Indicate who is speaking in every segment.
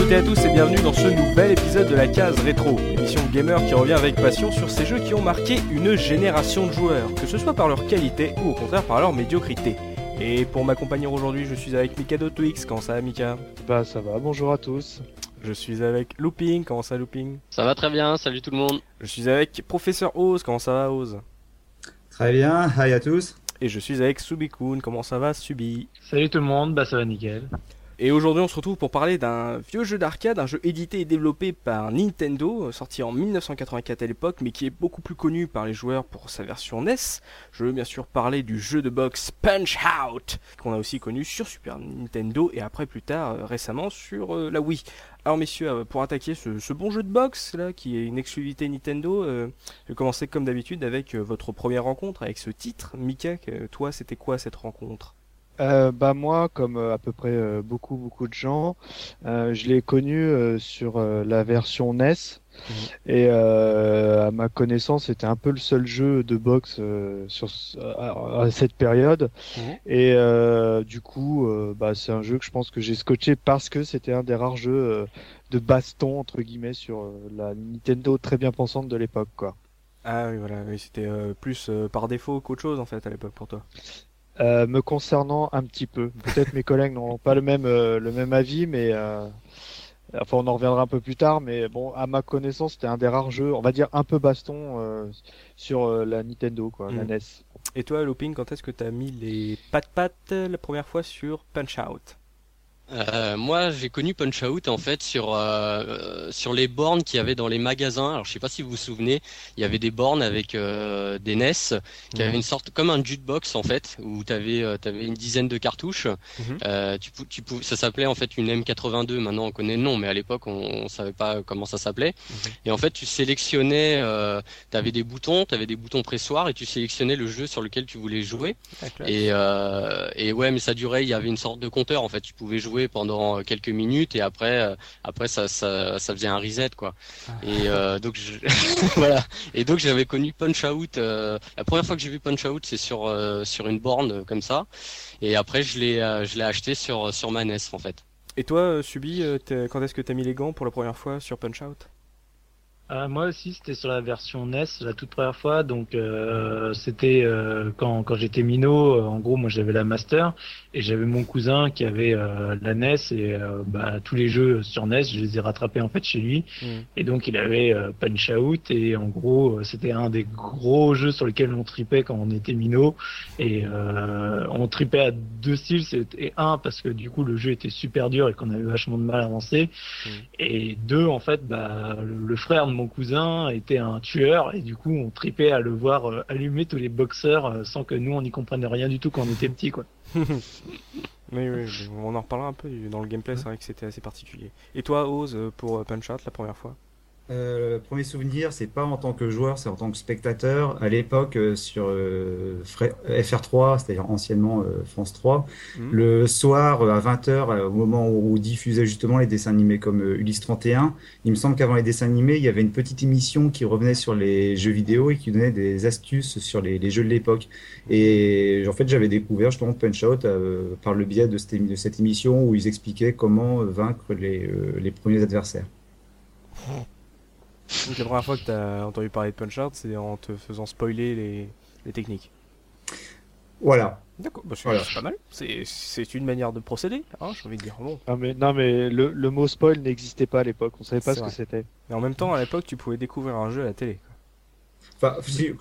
Speaker 1: toutes et à tous et bienvenue dans ce nouvel épisode de la case rétro, émission de gamer qui revient avec passion sur ces jeux qui ont marqué une génération de joueurs, que ce soit par leur qualité ou au contraire par leur médiocrité. Et pour m'accompagner aujourd'hui, je suis avec Mikado Twix. Comment ça va, Mika?
Speaker 2: Bah ça va, bonjour à tous.
Speaker 1: Je suis avec Looping. Comment ça, Looping?
Speaker 3: Ça va très bien, salut tout le monde.
Speaker 1: Je suis avec Professeur Oz. Comment ça va, Oz?
Speaker 4: Très bien, hi à tous.
Speaker 1: Et je suis avec Subikun. Comment ça va, Subi?
Speaker 5: Salut tout le monde, bah ça va nickel.
Speaker 1: Et aujourd'hui on se retrouve pour parler d'un vieux jeu d'arcade, un jeu édité et développé par Nintendo, sorti en 1984 à l'époque, mais qui est beaucoup plus connu par les joueurs pour sa version NES. Je veux bien sûr parler du jeu de boxe Punch-Out, qu'on a aussi connu sur Super Nintendo et après plus tard récemment sur la Wii. Alors messieurs, pour attaquer ce bon jeu de boxe là, qui est une exclusivité Nintendo, je vais commencer comme d'habitude avec votre première rencontre, avec ce titre. Mika, toi c'était quoi cette rencontre?
Speaker 2: Bah moi, comme à peu près beaucoup de gens, je l'ai connu sur la version NES et à ma connaissance, c'était un peu le seul jeu de boxe à cette période. Et du coup, bah c'est un jeu que je pense que j'ai scotché parce que c'était un des rares jeux de baston entre guillemets sur la Nintendo très bien pensante de l'époque, quoi.
Speaker 1: Ah oui, voilà, oui, c'était plus par défaut qu'autre chose en fait à l'époque pour toi.
Speaker 2: Me concernant un petit peu, peut-être mes collègues n'auront pas le même avis, mais enfin on en reviendra un peu plus tard. Mais bon, à ma connaissance, c'était un des rares jeux, on va dire un peu baston sur la Nintendo, quoi, la NES.
Speaker 1: Et toi, Looping, quand est-ce que t'as mis les pattes la première fois sur Punch-Out?
Speaker 3: Moi, j'ai connu Punch-Out en fait sur les bornes qu'il y avait dans les magasins. Alors, je sais pas si vous vous souvenez, il y avait des bornes avec des NES qui avaient une sorte comme un jukebox en fait, où t'avais une dizaine de cartouches. Ça s'appelait en fait une M82. Maintenant, on connaît le nom, mais à l'époque, on savait pas comment ça s'appelait. Et en fait, tu sélectionnais, t'avais des boutons pressoirs et tu sélectionnais le jeu sur lequel tu voulais jouer. Et ouais, mais ça durait. Il y avait une sorte de compteur en fait. Tu pouvais jouer pendant quelques minutes et après ça faisait un reset quoi. Et donc voilà. Et donc j'avais connu Punch-Out. La première fois que j'ai vu Punch-Out, c'est sur une borne comme ça. Et après je l'ai acheté sur ma NES en fait.
Speaker 1: Et toi, Subi, quand est-ce que t'as mis les gants pour la première fois sur Punch-Out?
Speaker 5: Moi aussi, c'était sur la version NES, la toute première fois. Donc, c'était quand j'étais minot. En gros, moi, j'avais la Master et j'avais mon cousin qui avait la NES et bah tous les jeux sur NES, je les ai rattrapés en fait chez lui. Et donc, il avait Punch-Out et en gros, c'était un des gros jeux sur lesquels on tripait quand on était minot. Et on tripait à deux styles. C'était un parce que du coup, le jeu était super dur et qu'on avait vachement de mal à avancer. Et deux, en fait, bah le frère de mon cousin était un tueur et du coup on tripait à le voir allumer tous les boxeurs sans que nous on n'y comprenne rien du tout quand on était petits quoi.
Speaker 1: Oui, on en reparlera un peu dans le gameplay, c'est vrai que c'était assez particulier. Et toi, Oz, pour Punch-Out la première fois?
Speaker 4: Le premier souvenir, c'est pas en tant que joueur, c'est en tant que spectateur. À l'époque, sur FR3, c'est-à-dire anciennement France 3, le soir à 20h, au moment où diffusait justement les dessins animés comme Ulysse 31, il me semble qu'avant les dessins animés, il y avait une petite émission qui revenait sur les jeux vidéo et qui donnait des astuces sur les jeux de l'époque. Et en fait, j'avais découvert justement Punch-Out par le biais de cette émission où ils expliquaient comment vaincre les premiers adversaires.
Speaker 1: Donc la première fois que t'as entendu parler de Punch-Out, c'est en te faisant spoiler les techniques.
Speaker 4: Voilà.
Speaker 1: D'accord, bah c'est pas mal. C'est une manière de procéder, hein, j'ai envie de dire. Bon.
Speaker 2: Non mais le mot spoil n'existait pas à l'époque, on savait pas ce que c'était.
Speaker 1: Mais en même temps, à l'époque, tu pouvais découvrir un jeu à la télé, quoi.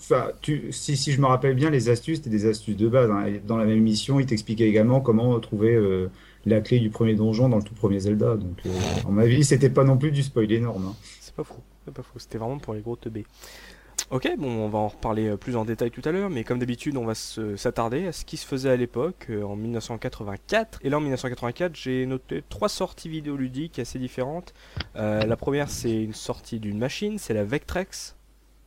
Speaker 4: Si je me rappelle bien, les astuces, c'était des astuces de base. Hein. Dans la même émission, il t'expliquait également comment trouver la clé du premier donjon dans le tout premier Zelda. Donc, à mon avis, c'était pas non plus du spoil énorme. Hein.
Speaker 1: C'est pas faux. C'était vraiment pour les gros teubés. Ok, bon, on va en reparler plus en détail tout à l'heure, mais comme d'habitude, on va s'attarder à ce qui se faisait à l'époque, en 1984. Et là, en 1984, j'ai noté 3 sorties vidéoludiques assez différentes. La première, c'est une sortie d'une machine, c'est la Vectrex.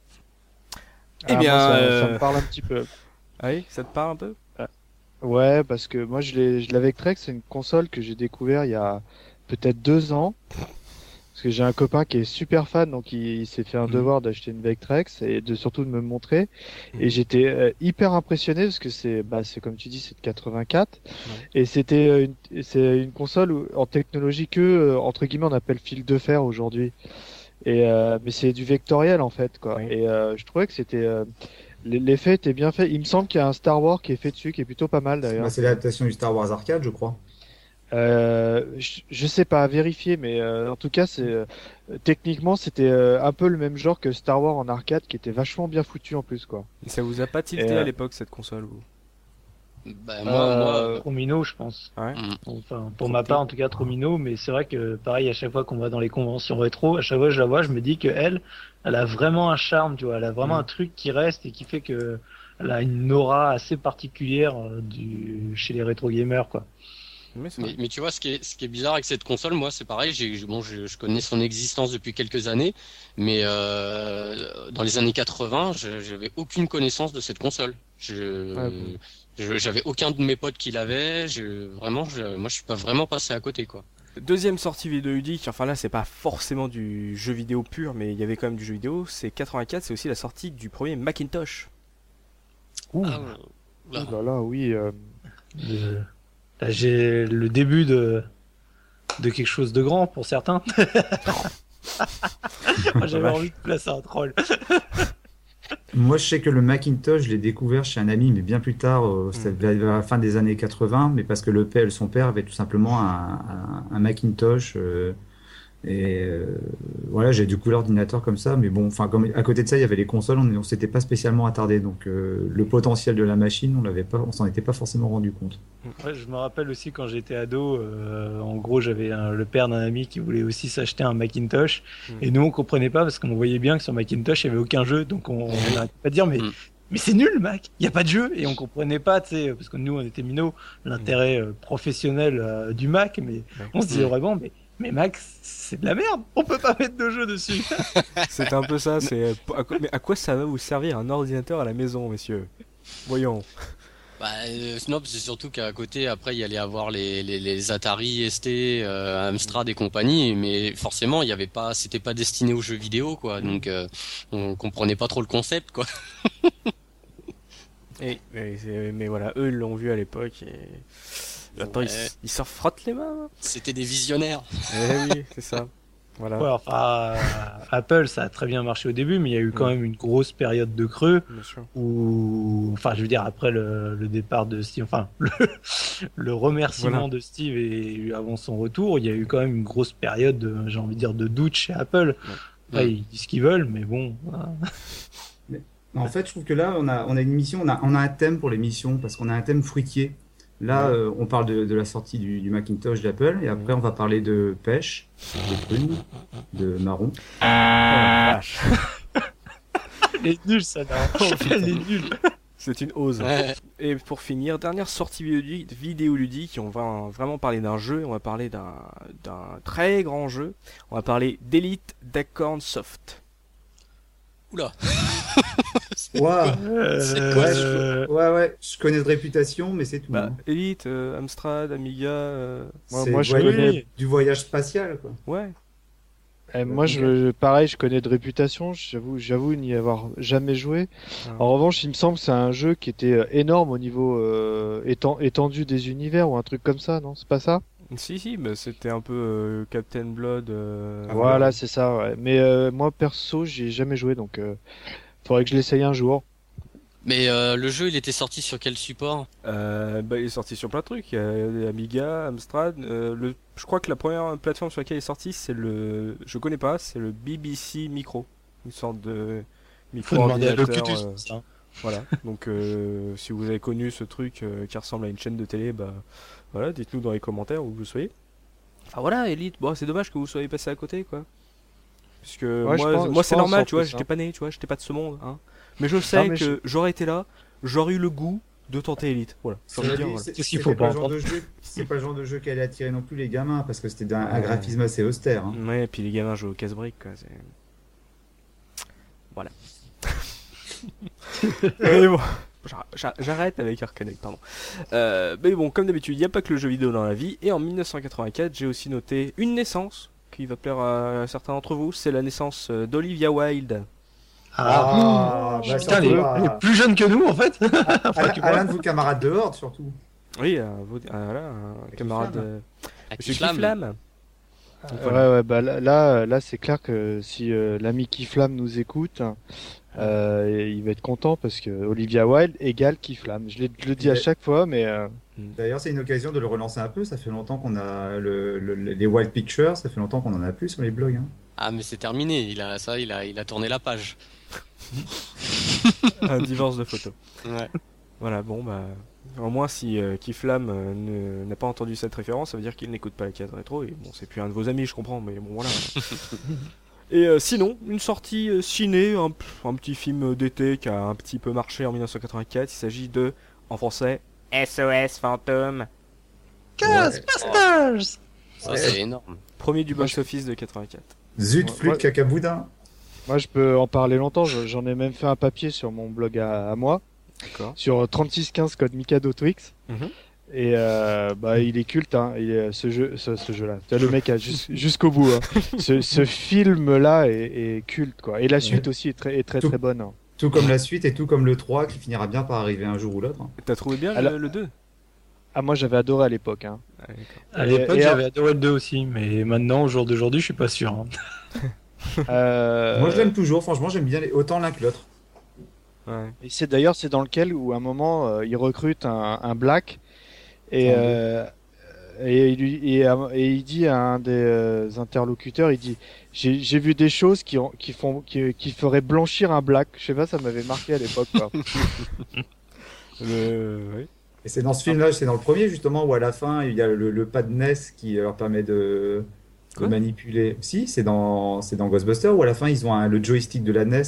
Speaker 2: Eh bien, ça me parle un petit peu.
Speaker 1: Ah oui, ça te parle un peu?
Speaker 2: Ouais, parce que moi, la Vectrex, c'est une console que j'ai découvert il y a peut-être 2 ans. parce que j'ai un copain qui est super fan, donc il s'est fait un devoir d'acheter une Vectrex et surtout de me montrer. Et j'étais hyper impressionné parce que c'est comme tu dis, c'est de 84 et c'est une console en technologie que entre guillemets on appelle fil de fer aujourd'hui. Et mais c'est du vectoriel en fait quoi. Et je trouvais que c'était l'effet était bien fait. Il me semble qu'il y a un Star Wars qui est fait dessus, qui est plutôt pas mal d'ailleurs.
Speaker 4: C'est l'adaptation du Star Wars Arcade, je crois.
Speaker 2: Je sais pas à vérifier, mais en tout cas, techniquement c'était un peu le même genre que Star Wars en arcade, qui était vachement bien foutu en plus quoi.
Speaker 1: Et ça vous a pas tilté à l'époque cette console ou...
Speaker 3: Bah, moi...
Speaker 5: Trop minot, je pense.
Speaker 1: Ouais.
Speaker 5: Enfin, pour ma part, en tout cas, trop minot. Mais c'est vrai que, pareil, à chaque fois qu'on va dans les conventions rétro, à chaque fois que je la vois, je me dis que elle a vraiment un charme, tu vois. Elle a vraiment un truc qui reste et qui fait que elle a une aura assez particulière chez les rétro gamers, quoi.
Speaker 3: Mais tu vois, ce qui est bizarre avec cette console, moi, c'est pareil. Je connais son existence depuis quelques années, mais dans les années 80, j'avais aucune connaissance de cette console. J'avais aucun de mes potes qui l'avait. Moi, je suis pas vraiment passé à côté, quoi.
Speaker 1: Deuxième sortie vidéoludique, enfin là, c'est pas forcément du jeu vidéo pur, mais il y avait quand même du jeu vidéo. C'est 84, c'est aussi la sortie du premier Macintosh.
Speaker 2: Ouh. Là là, oui.
Speaker 5: Là, j'ai le début de quelque chose de grand pour certains. J'avais envie de placer un troll.
Speaker 4: Moi, je sais que le Macintosh, je l'ai découvert chez un ami, mais bien plus tard, c'était à la fin des années 80, mais parce que son père avait tout simplement un Macintosh. Voilà, j'ai découvert l'ordinateur comme ça, mais bon, enfin, comme à côté de ça, il y avait les consoles, on s'était pas spécialement attardé, donc le potentiel de la machine, on s'en était pas forcément rendu compte.
Speaker 5: Ouais, je me rappelle aussi quand j'étais ado, en gros, j'avais le père d'un ami qui voulait aussi s'acheter un Macintosh, et nous on comprenait pas parce qu'on voyait bien que sur Macintosh il y avait aucun jeu, donc on n'arrêtait pas de dire mais c'est nul, Mac, il y a pas de jeu, et on comprenait pas, tu sais, parce que nous on était minots, l'intérêt professionnel du Mac, mais on se disait vraiment mais Mac, c'est de la merde, on peut pas mettre de jeu dessus.
Speaker 1: C'est un peu ça, mais à quoi ça va vous servir un ordinateur à la maison, messieurs? Voyons.
Speaker 3: Non, c'est surtout qu'à côté, après, il y allait avoir les Atari ST, Amstrad et compagnie, mais forcément, c'était pas destiné aux jeux vidéo, quoi, donc on comprenait pas trop le concept, quoi.
Speaker 1: Mais voilà, eux ils l'ont vu à l'époque et... Attends, ils se frottent les mains.
Speaker 3: C'était des visionnaires.
Speaker 1: Oui, c'est ça. Voilà.
Speaker 5: Ouais, enfin, Apple, ça a très bien marché au début, mais il y a eu quand même une grosse période de creux où, enfin, je veux dire, après le départ de Steve, enfin, le remerciement de Steve et avant son retour, il y a eu quand même une grosse période, j'ai envie de dire, de doute chez Apple. Après, ils disent ce qu'ils veulent, mais bon. Voilà.
Speaker 4: En fait, je trouve que là, on a une mission, on a un thème pour l'émission, parce qu'on a un thème fruitier. Là, on parle de la sortie du Macintosh d'Apple, et après, on va parler de pêche, de prunes, de marron.
Speaker 1: Vache.
Speaker 5: Elle est nulle, ça, là. Elle est nulle.
Speaker 1: C'est une ose. Ouais. Et pour finir, dernière sortie vidéoludique, on va vraiment parler d'un jeu, on va parler d'un très grand jeu. On va parler d'Elite Dacorn Soft.
Speaker 3: Oula.
Speaker 4: Ouais, je connais de réputation, mais c'est tout.
Speaker 1: Elite, Amstrad, Amiga.
Speaker 4: Moi, je connais du voyage spatial, quoi.
Speaker 1: Ouais.
Speaker 2: Moi, pareil, je connais de réputation. J'avoue n'y avoir jamais joué. En revanche, il me semble que c'est un jeu qui était énorme au niveau étendu des univers ou un truc comme ça, non? C'est pas ça?
Speaker 1: Si, mais c'était un peu Captain Blood.
Speaker 2: Voilà, c'est ça. Ouais. Mais moi, perso, j'y ai jamais joué, donc faudrait que je l'essaye un jour.
Speaker 3: Mais le jeu, il était sorti sur quel support?
Speaker 1: Il est sorti sur plein de trucs. Il y a Amiga, Amstrad. Je crois que la première plateforme sur laquelle il est sorti, je connais pas, c'est le BBC Micro, une sorte de micro-ordinateur. Voilà. Donc, si vous avez connu ce truc qui ressemble à une chaîne de télé, voilà, dites-nous dans les commentaires où vous soyez. Enfin voilà, Elite. Bon, c'est dommage que vous soyez passé à côté, quoi. Parce que moi, c'est normal, tu vois. J'étais pas né, tu vois. J'étais pas de ce monde, hein. Mais je sais que j'aurais été là, j'aurais eu le goût de tenter Elite. Voilà.
Speaker 4: C'est pas le genre de jeu qui allait attirer non plus les gamins, parce que c'était un graphisme assez austère. Hein.
Speaker 1: Ouais, et puis les gamins jouent au casse-briques, quoi. Voilà. Et bon, j'arrête avec Arcane, pardon. Mais bon, comme d'habitude, il n'y a pas que le jeu vidéo dans la vie. Et en 1984, j'ai aussi noté une naissance qui va plaire à certains d'entre vous. C'est la naissance d'Olivia Wilde.
Speaker 5: Bah,
Speaker 6: putain, les plus jeunes que nous en fait.
Speaker 4: Alain de vos camarades de Horde surtout.
Speaker 1: Oui, voilà, un camarade Monsieur
Speaker 3: Kiflam.
Speaker 1: Kiflam.
Speaker 2: Ouais, bah là, c'est clair que si l'ami Kiflam nous écoute, il va être content parce que Olivia Wilde égale Kiflam. Je le dis à chaque fois, mais
Speaker 4: D'ailleurs, c'est une occasion de le relancer un peu. Ça fait longtemps qu'on a les Wild Pictures. Ça fait longtemps qu'on en a plus sur les blogs. Hein.
Speaker 3: Ah, mais c'est terminé. Il a tourné la page.
Speaker 1: Un divorce de photos.
Speaker 3: Ouais.
Speaker 1: Voilà, bon, bah. Au moins, si Kiflam n'a pas entendu cette référence, ça veut dire qu'il n'écoute pas la case rétro. Et bon, c'est plus un de vos amis, je comprends, mais bon, voilà. Et sinon, une sortie ciné, un petit film d'été qui a un petit peu marché en 1984. Il s'agit de, en français, SOS Fantôme.
Speaker 6: Ghostbusters.
Speaker 3: Ça, c'est énorme.
Speaker 1: Premier du box-office de 84.
Speaker 4: Zut, flûte, cacaboudin.
Speaker 2: moi je peux en parler longtemps. J'en ai même fait un papier sur mon blog à moi,
Speaker 1: D'accord.
Speaker 2: sur 3615 code Mikado Twix.
Speaker 1: Mhm.
Speaker 2: Et bah il est culte, hein. Ce jeu-là. Le mec a jusqu'au bout. Hein. Ce film-là est culte, quoi. Et la suite aussi est très bonne. Hein.
Speaker 4: Tout comme la suite et tout comme le 3 qui finira bien par arriver un jour ou l'autre. Hein.
Speaker 1: T'as trouvé bien
Speaker 2: Alors-
Speaker 1: le 2?
Speaker 2: Ah, moi j'avais adoré à l'époque. Hein.
Speaker 1: Ah, d'accord.
Speaker 5: À l'époque,
Speaker 2: Et-
Speaker 5: j'avais adoré le 2 aussi, mais maintenant, au jour d'aujourd'hui, je suis pas sûr. Hein.
Speaker 4: Moi, je l'aime toujours. Franchement, j'aime bien autant l'un que l'autre.
Speaker 1: Ouais.
Speaker 2: Et c'est dans lequel où à un moment il recrute un black et il dit à un des interlocuteurs, il dit j'ai vu des choses qui feraient blanchir un black. Je sais pas, ça m'avait marqué à l'époque. Quoi.
Speaker 1: Oui.
Speaker 4: Et c'est dans ce film-là, c'est dans le premier justement, où à la fin, il y a le pad NES qui leur permet de
Speaker 1: Quoi
Speaker 4: manipuler. Si, c'est dans Ghostbusters, où à la fin, ils ont le joystick de la NES.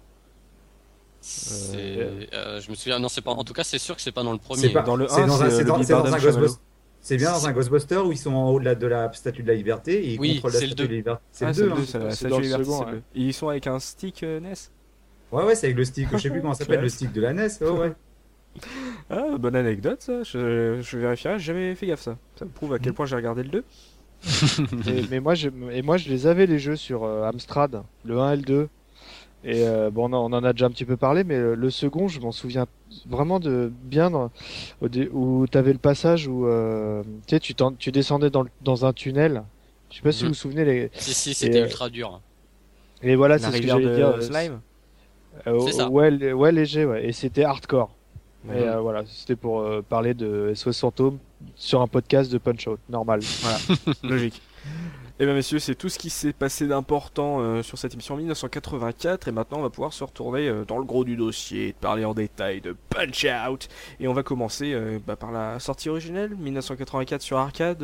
Speaker 3: Je me souviens, non, c'est pas. En tout cas, c'est sûr que c'est pas dans le premier.
Speaker 4: C'est pas-
Speaker 1: Dans le
Speaker 4: c'est
Speaker 1: 1,
Speaker 4: dans un-
Speaker 1: c'est
Speaker 4: c'est dans-
Speaker 1: le
Speaker 4: c'est dans
Speaker 1: Bardem
Speaker 4: un
Speaker 1: Chamallow.
Speaker 4: Ghostbusters. C'est bien dans un Ghostbuster où ils sont en haut de la statue de la liberté et ils
Speaker 3: Oui,
Speaker 4: contrôlent la
Speaker 3: c'est le
Speaker 4: statue de
Speaker 3: 2.
Speaker 4: la liberté. C'est
Speaker 1: Ah,
Speaker 4: le
Speaker 1: c'est
Speaker 4: 2.
Speaker 1: le
Speaker 4: Hein.
Speaker 1: 2, c'est la
Speaker 2: C'est
Speaker 1: statue
Speaker 2: dans
Speaker 1: de
Speaker 2: le
Speaker 1: liberté,
Speaker 2: second,
Speaker 1: c'est le 2. Ils sont avec un stick NES.
Speaker 4: Ouais, c'est avec le stick. Je sais plus comment ça s'appelle, le stick de la NES. Oh, ouais.
Speaker 1: Ah, bonne anecdote ça, je vérifierai, j'ai jamais fait gaffe ça. Ça me prouve à quel point j'ai regardé le 2.
Speaker 2: mais moi je les avais les jeux sur Amstrad, le 1 et le 2. Et bon, on en a déjà un petit peu parlé, mais le second, je m'en souviens vraiment de bien où t'avais le passage où tu sais, tu descendais dans un tunnel. Je sais pas si vous vous souvenez
Speaker 3: Si, c'était
Speaker 2: Et,
Speaker 3: ultra dur.
Speaker 2: et voilà,
Speaker 1: La
Speaker 2: c'est ce que
Speaker 1: rivière
Speaker 2: j'allais
Speaker 1: de
Speaker 2: dire.
Speaker 1: Slime.
Speaker 3: C'est ça.
Speaker 2: Ouais, léger, ouais. Et c'était hardcore.
Speaker 1: Ouais.
Speaker 2: Et voilà, c'était pour parler de SOS Fantôme sur un podcast de Punch Out, normal.
Speaker 1: Logique. Eh bien messieurs, c'est tout ce qui s'est passé d'important sur cette émission 1984 et maintenant on va pouvoir se retourner dans le gros du dossier, parler en détail de Punch Out et on va commencer par la sortie originelle 1984 sur arcade.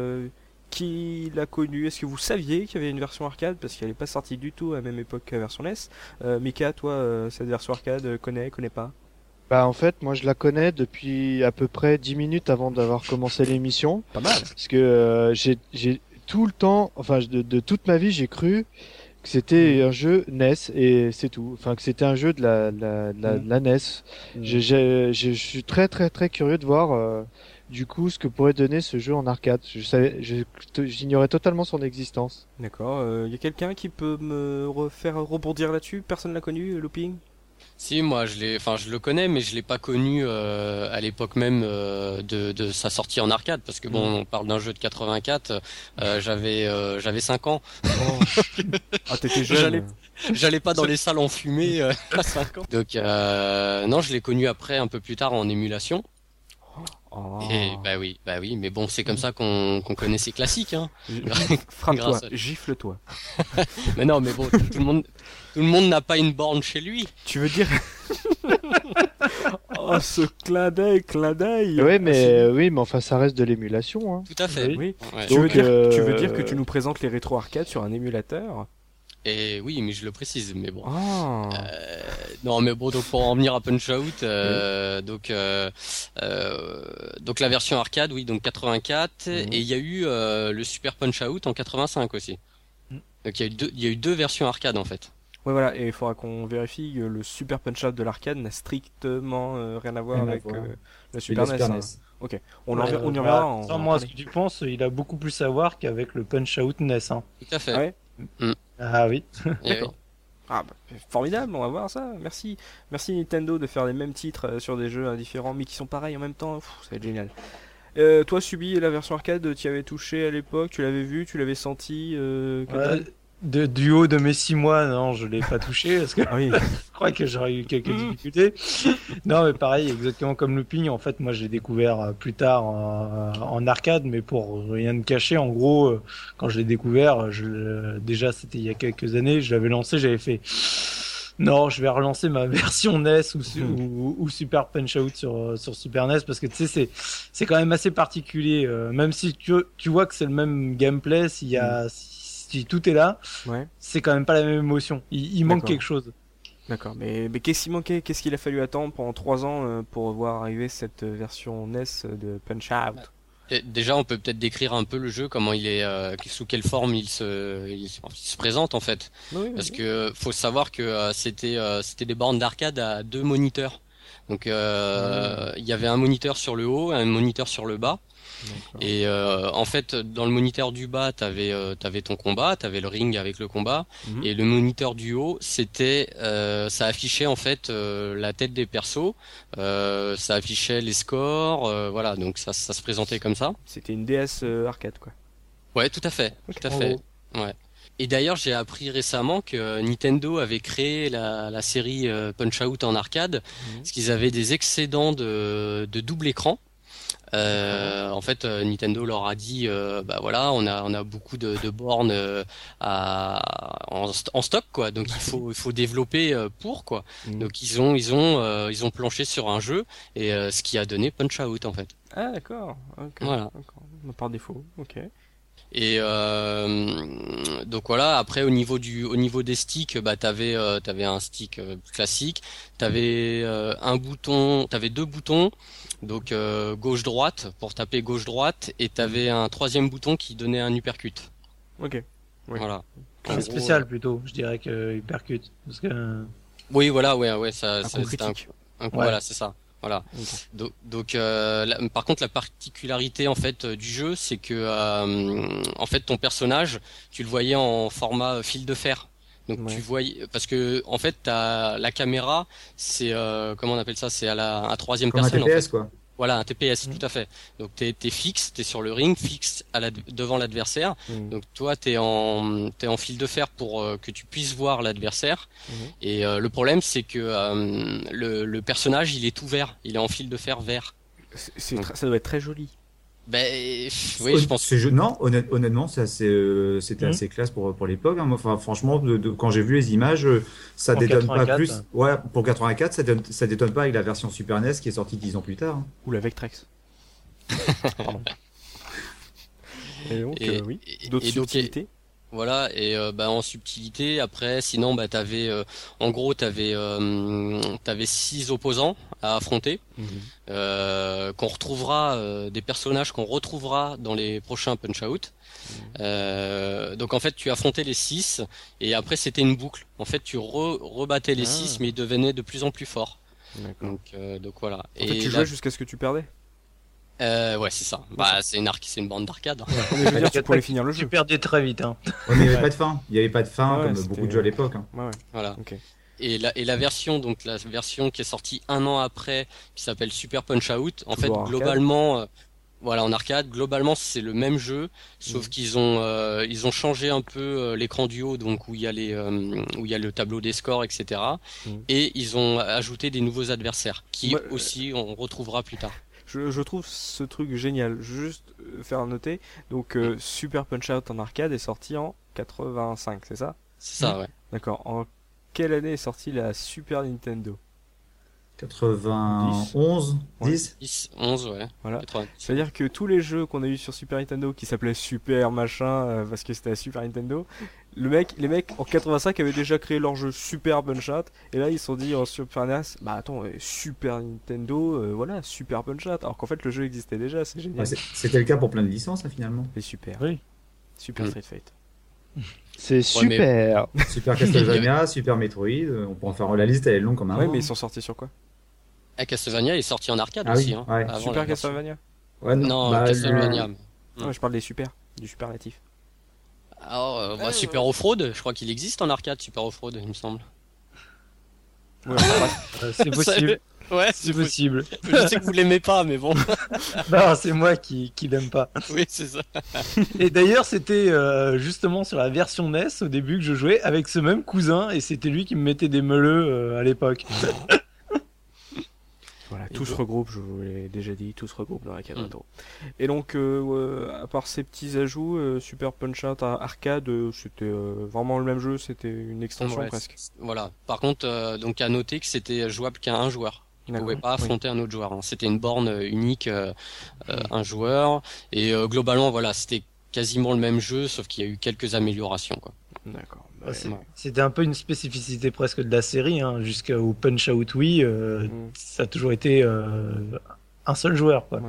Speaker 1: Qui l'a connu? Est-ce que vous saviez qu'il y avait une version arcade parce qu'elle n'est pas sortie du tout à la même époque que la version NES? Mika, toi, cette version arcade, connais pas?
Speaker 2: Bah en fait, moi je la connais depuis à peu près 10 minutes avant d'avoir commencé l'émission.
Speaker 1: Pas mal.
Speaker 2: Parce que j'ai tout le temps, enfin de toute ma vie, j'ai cru que c'était un jeu NES et c'est tout. Enfin que c'était un jeu de la NES. Je suis très très très curieux de voir du coup ce que pourrait donner ce jeu en arcade. J'ignorais totalement son existence.
Speaker 1: D'accord. Y a quelqu'un qui peut me faire rebondir là-dessus? Personne l'a connu, Looping?
Speaker 3: Si, moi, je le connais, mais je l'ai pas connu à l'époque même de sa sortie en arcade, parce que bon, on parle d'un jeu de 84. J'avais 5 ans.
Speaker 1: Oh. Ah, t'étais jeune.
Speaker 3: J'allais pas dans les salles en fumée à 5 ans. Donc non, je l'ai connu après, un peu plus tard, en émulation.
Speaker 1: Oh.
Speaker 3: Et bah oui, mais bon, c'est comme ça qu'on connaît ces classiques, hein.
Speaker 1: Frappe-toi,
Speaker 3: Grâce à-
Speaker 1: gifle-toi.
Speaker 3: Mais non, mais bon, tout le monde n'a pas une borne chez lui.
Speaker 1: Tu veux dire Oh, ce clin d'œil.
Speaker 2: Oui, mais enfin ça reste de l'émulation. Hein.
Speaker 3: Tout à fait.
Speaker 1: Oui.
Speaker 3: Ouais.
Speaker 1: Tu veux
Speaker 2: Donc,
Speaker 1: dire que tu nous présentes les rétro arcades sur un émulateur?
Speaker 3: Et oui, mais je le précise, mais bon.
Speaker 1: Ah.
Speaker 3: Non, mais bon, donc pour en venir à Punch Out, donc la version arcade, oui, donc 84, et il y a eu le Super Punch Out en 85 aussi. Donc il y a eu deux versions arcade en fait.
Speaker 1: Ouais, voilà, et il faudra qu'on vérifie que le Super Punch-Out de l'arcade n'a strictement rien à voir
Speaker 4: Rien à
Speaker 1: avec
Speaker 4: voir.
Speaker 1: le Super NES.
Speaker 4: Super
Speaker 1: Hein.
Speaker 4: NES.
Speaker 1: Ok, on y reviendra.
Speaker 5: Sans moi, ce que tu penses, il a beaucoup plus à voir qu'avec le Punch-Out NES. Hein.
Speaker 3: Tout à fait.
Speaker 1: Ouais.
Speaker 5: Ah oui.
Speaker 1: D'accord. Ah bah, formidable, on va voir ça. Merci Nintendo de faire les mêmes titres sur des jeux différents, mais qui sont pareils en même temps. Ça va être génial. Toi, Subi, la version arcade, tu y avais touché à l'époque, tu l'avais vu, tu l'avais senti
Speaker 5: Du haut de mes 6 mois, non, je l'ai pas touché parce que
Speaker 1: Ah oui.
Speaker 5: je crois que j'aurais eu quelques difficultés. Non, mais pareil, exactement comme Looping. En fait, moi, je l'ai découvert plus tard en arcade, mais pour rien te cacher, en gros, quand je l'ai découvert, déjà, c'était il y a quelques années, je l'avais lancé, j'avais fait. Non, je vais relancer ma version NES ou Super Punch-Out sur Super NES parce que tu sais c'est quand même assez particulier. Même si tu vois que c'est le même gameplay, si tout est là, c'est quand même pas la même émotion. Il manque quelque chose.
Speaker 1: D'accord, mais qu'est-ce qui manquait? Qu'est-ce qu'il a fallu attendre pendant 3 ans pour voir arriver cette version NES de Punch-Out?
Speaker 3: Déjà, on peut peut-être décrire un peu le jeu, comment il est, sous quelle forme il se présente en fait.
Speaker 1: Oui,
Speaker 3: parce que faut savoir que c'était des bornes d'arcade à 2 moniteurs. Donc il y avait un moniteur sur le haut, un moniteur sur le bas. D'accord. Et en fait, dans le moniteur du bas, t'avais ton combat, t'avais le ring avec le combat, et le moniteur du haut, ça affichait en fait la tête des persos, ça affichait les scores, voilà, donc ça se présentait comme ça.
Speaker 1: C'était une DS arcade, quoi.
Speaker 3: Ouais, tout à fait, tout à fait. Ouais. Et d'ailleurs, j'ai appris récemment que Nintendo avait créé la série Punch-Out en arcade, parce qu'ils avaient des excédents de double écran. En fait, Nintendo leur a dit, bah voilà, on a beaucoup de bornes en stock, quoi. Donc il faut développer pour, quoi. Donc ils ont planché sur un jeu et ce qui a donné Punch-Out en fait.
Speaker 1: Ah d'accord. Okay.
Speaker 3: Voilà.
Speaker 1: D'accord. Par défaut. Ok.
Speaker 3: Et donc voilà. Après au niveau des sticks, bah t'avais un stick classique, t'avais t'avais 2 boutons. Donc gauche-droite pour taper gauche-droite et t'avais un 3e bouton qui donnait un uppercut.
Speaker 1: Ok. Oui.
Speaker 3: Voilà.
Speaker 5: C'est spécial plutôt, je dirais que uppercut parce que.
Speaker 3: Oui voilà ouais ça
Speaker 1: un coup critique.
Speaker 3: Voilà c'est ça. Voilà. Okay. Donc par contre la particularité en fait du jeu c'est que en fait ton personnage tu le voyais en format fil de fer. Donc tu voyais parce que en fait la caméra c'est comment on appelle ça, c'est à 3e personne.
Speaker 4: Comme un TPS
Speaker 3: en fait.
Speaker 4: Quoi.
Speaker 3: Voilà, un TPS, tout à fait. Donc t'es fixe, t'es sur le ring, fixe devant l'adversaire. Donc toi t'es en fil de fer pour que tu puisses voir l'adversaire. Et le problème c'est que le personnage il est tout vert, il est en fil de fer vert.
Speaker 1: Ça doit être très joli.
Speaker 3: Ben oui, je pense.
Speaker 4: Non, honnêtement, c'était assez classe pour l'époque. Hein. Enfin, franchement, quand j'ai vu les images, ça détonne pas plus. Ouais, pour 84, ça détonne pas avec la version Super NES qui est sortie 10 ans plus tard. Hein.
Speaker 1: Ou la Vectrex. Pardon. Et donc, oui. D'autres subtilités.
Speaker 3: Voilà, et en subtilité, après, sinon, t'avais 6 opposants à affronter, qu'on retrouvera, des personnages qu'on retrouvera dans les prochains Punch-Out. Donc en fait, tu affrontais les 6, et après c'était une boucle. En fait, tu rebattais les 6, mais ils devenaient de plus en plus forts. Donc voilà.
Speaker 1: En fait, tu jouais jusqu'à ce que tu perdais.
Speaker 3: Ouais, c'est ça. Bah, c'est une bande d'arcade.
Speaker 1: Ouais. Mais je veux dire, tu pourrais finir le jeu.
Speaker 5: Tu perdais très vite. Hein.
Speaker 4: Ouais, mais il n'y avait pas de fin. Il n'y avait pas de fin, comme beaucoup de jeux à l'époque. Hein.
Speaker 1: Ouais.
Speaker 3: Voilà.
Speaker 1: Okay.
Speaker 3: Et la version qui est sortie 1 an après, qui s'appelle Super Punch-Out, en fait, globalement, voilà, en arcade, globalement, c'est le même jeu, sauf qu'ils ont changé un peu l'écran du haut, donc où il y a le tableau des scores, etc. Et ils ont ajouté des nouveaux adversaires, qui aussi on retrouvera plus tard.
Speaker 1: Je trouve ce truc génial. Juste faire noter. Donc Super Punch-Out en arcade est sorti en 85, c'est ça?
Speaker 3: C'est ça, ouais.
Speaker 1: D'accord. En quelle année est sortie la Super Nintendo?
Speaker 4: 91, 10
Speaker 3: 10, 11, ouais.
Speaker 1: Voilà. C'est-à-dire que tous les jeux qu'on a eu sur Super Nintendo qui s'appelaient Super machin parce que c'était la Super Nintendo, les mecs en 85 avaient déjà créé leur jeu Super Punch-Out et là ils se sont dit en Super NES, bah attends, Super Nintendo, voilà, Super Punch-Out, alors qu'en fait le jeu existait déjà, c'est génial.
Speaker 4: Ouais, c'était le cas pour plein de licences, hein, finalement.
Speaker 1: C'est super.
Speaker 5: Oui.
Speaker 1: Super Street Fighter.
Speaker 2: C'est super.
Speaker 4: Super Castlevania, Super Metroid, on peut en faire la liste, elle est longue comme un.
Speaker 1: Ouais, mais ils sont sortis sur quoi?
Speaker 3: Castlevania est sorti en arcade
Speaker 4: aussi.
Speaker 3: Oui,
Speaker 4: hein,
Speaker 3: avant
Speaker 1: Super Castlevania.
Speaker 4: Ouais,
Speaker 3: Non,
Speaker 4: bah,
Speaker 3: Castlevania.
Speaker 1: Ouais, je parle des super, du superlatif.
Speaker 3: Alors, Super Off-Road, je crois qu'il existe en arcade, Super Off-Road, il me semble.
Speaker 1: Ouais, bref.
Speaker 5: C'est possible.
Speaker 3: Ouais,
Speaker 5: C'est possible.
Speaker 3: Je sais que vous l'aimez pas, mais bon.
Speaker 5: Non, c'est moi qui l'aime pas.
Speaker 3: Oui, c'est ça.
Speaker 5: Et d'ailleurs, c'était justement sur la version NES au début que je jouais avec ce même cousin et c'était lui qui me mettait des meuleux à l'époque.
Speaker 1: Voilà,
Speaker 3: Et
Speaker 1: tout se
Speaker 3: donc-
Speaker 1: regroupe, je vous l'ai déjà dit, tout se regroupe dans la case rétro. Et donc, à part ces petits ajouts, Super Punch-Out arcade, c'était vraiment le même jeu, c'était une extension
Speaker 3: Ouais,
Speaker 1: presque.
Speaker 3: Voilà. Par contre, donc à noter que c'était jouable qu'à un joueur. Tu
Speaker 1: D'accord.
Speaker 3: pouvais pas
Speaker 1: Oui.
Speaker 3: affronter un autre joueur. Hein. C'était une borne unique, un joueur. Et globalement, voilà, c'était quasiment le même jeu, sauf qu'il y a eu quelques améliorations, quoi.
Speaker 1: D'accord.
Speaker 5: Ouais,
Speaker 1: Ouais.
Speaker 5: C'était un peu une spécificité presque de la série, hein, jusqu'au Punch Out Wii, ça a toujours été un seul joueur, quoi.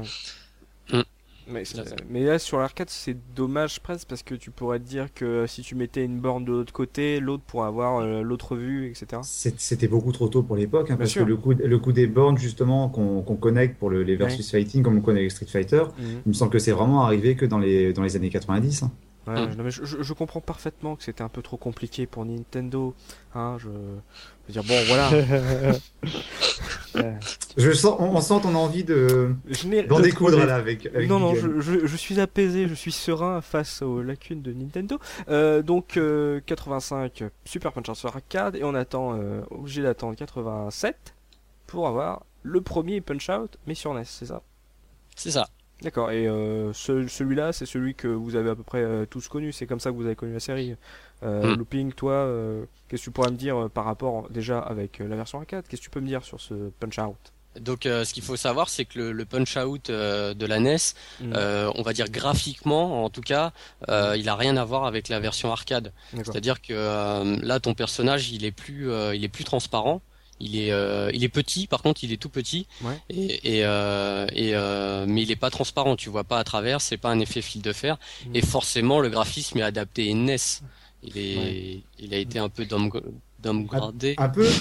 Speaker 1: Mais là, sur l'arcade, c'est dommage presque parce que tu pourrais te dire que si tu mettais une borne de l'autre côté, l'autre pourrait avoir l'autre vue, etc.
Speaker 4: C'était beaucoup trop tôt pour l'époque, hein,
Speaker 1: Bien
Speaker 4: parce
Speaker 1: sûr.
Speaker 4: que le coup des bornes justement qu'on connecte pour les versus fighting comme on connaît avec Street Fighter,
Speaker 1: Mhm.
Speaker 4: il me semble que c'est vraiment arrivé que dans les années 90. Hein.
Speaker 1: Ouais, non, mais je comprends parfaitement que c'était un peu trop compliqué pour Nintendo. Hein, je veux dire, bon, voilà.
Speaker 4: On sent ton envie
Speaker 1: Je n'ai-
Speaker 4: d'en
Speaker 1: de
Speaker 4: découdre
Speaker 1: trouver-
Speaker 4: là avec
Speaker 1: Non, non,
Speaker 4: Big Game.
Speaker 1: je suis apaisé, je suis serein face aux lacunes de Nintendo. Donc, 85, Super Punch-Out sur arcade, et on attend, obligé d'attendre 87 pour avoir le premier Punch-Out, mais sur NES, c'est ça?
Speaker 3: C'est ça.
Speaker 1: D'accord, et celui-là, c'est celui que vous avez à peu près tous connu, c'est comme ça que vous avez connu la série. Looping, toi, qu'est-ce que tu pourrais me dire par rapport déjà avec la version arcade? Qu'est-ce que tu peux me dire sur ce Punch-Out?
Speaker 3: Donc, ce qu'il faut savoir, c'est que le Punch-Out de la NES, on va dire graphiquement, en tout cas, il a rien à voir avec la version arcade.
Speaker 1: D'accord.
Speaker 3: C'est-à-dire que là, ton personnage, il est plus transparent. Il est petit, par contre, il est tout petit.
Speaker 1: Ouais.
Speaker 3: Mais il est pas transparent. Tu vois pas à travers. C'est pas un effet fil de fer. Et forcément, le graphisme est adapté NES. Il a été un peu downgradé.
Speaker 4: Un peu.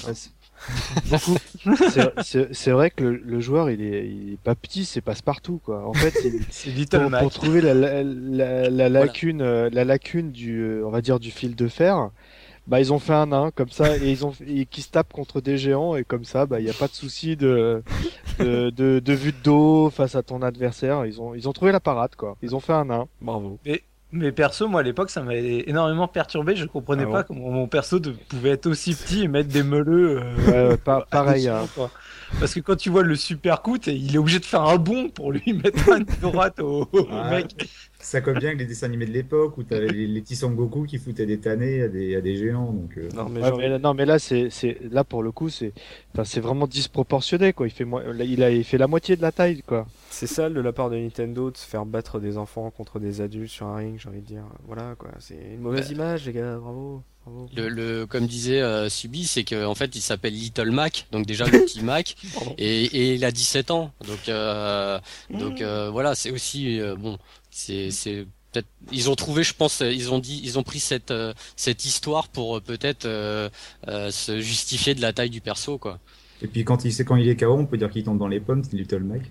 Speaker 2: C'est vrai que le joueur il est pas petit, c'est passe-partout quoi. En fait,
Speaker 5: C'est Little Mac.
Speaker 2: pour trouver la lacune du on va dire du fil de fer, bah ils ont fait un nain comme ça et qui se tape contre des géants et comme ça bah il y a pas de souci de vue de dos face à ton adversaire. Ils ont trouvé la parade quoi. Ils ont fait un nain.
Speaker 1: Bravo.
Speaker 5: Mais perso, moi à l'époque, ça m'avait énormément perturbé. Je comprenais
Speaker 1: Ah
Speaker 5: pas
Speaker 1: bon
Speaker 5: comment mon perso pouvait être aussi petit et mettre des meuleux.
Speaker 2: Pareil.
Speaker 5: à des quoi. Parce que quand tu vois le super coup, il est obligé de faire un bond pour lui mettre une droite au mec.
Speaker 4: Ça colle bien avec les dessins animés de l'époque où t'avais les petits Son Goku qui foutaient des tannés à des géants. Donc,
Speaker 1: Non, mais
Speaker 2: Ouais,
Speaker 1: genre-
Speaker 2: non mais là là pour le coup c'est vraiment disproportionné quoi. Il fait la moitié de la taille quoi.
Speaker 1: c'est sale de la part de Nintendo de se faire battre des enfants contre des adultes sur un ring, j'ai envie de dire. Voilà quoi, c'est une mauvaise image, les gars, bravo. Bravo.
Speaker 3: Comme disait Subi, c'est que en fait il s'appelle Little Mac, donc déjà le petit Mac, et il a 17 ans, donc voilà, c'est aussi bon, c'est peut-être ils ont trouvé, je pense, ils ont pris cette histoire pour peut-être se justifier de la taille du perso quoi.
Speaker 4: Et puis quand il est KO, on peut dire qu'il tombe dans les pommes, c'est Little Mac.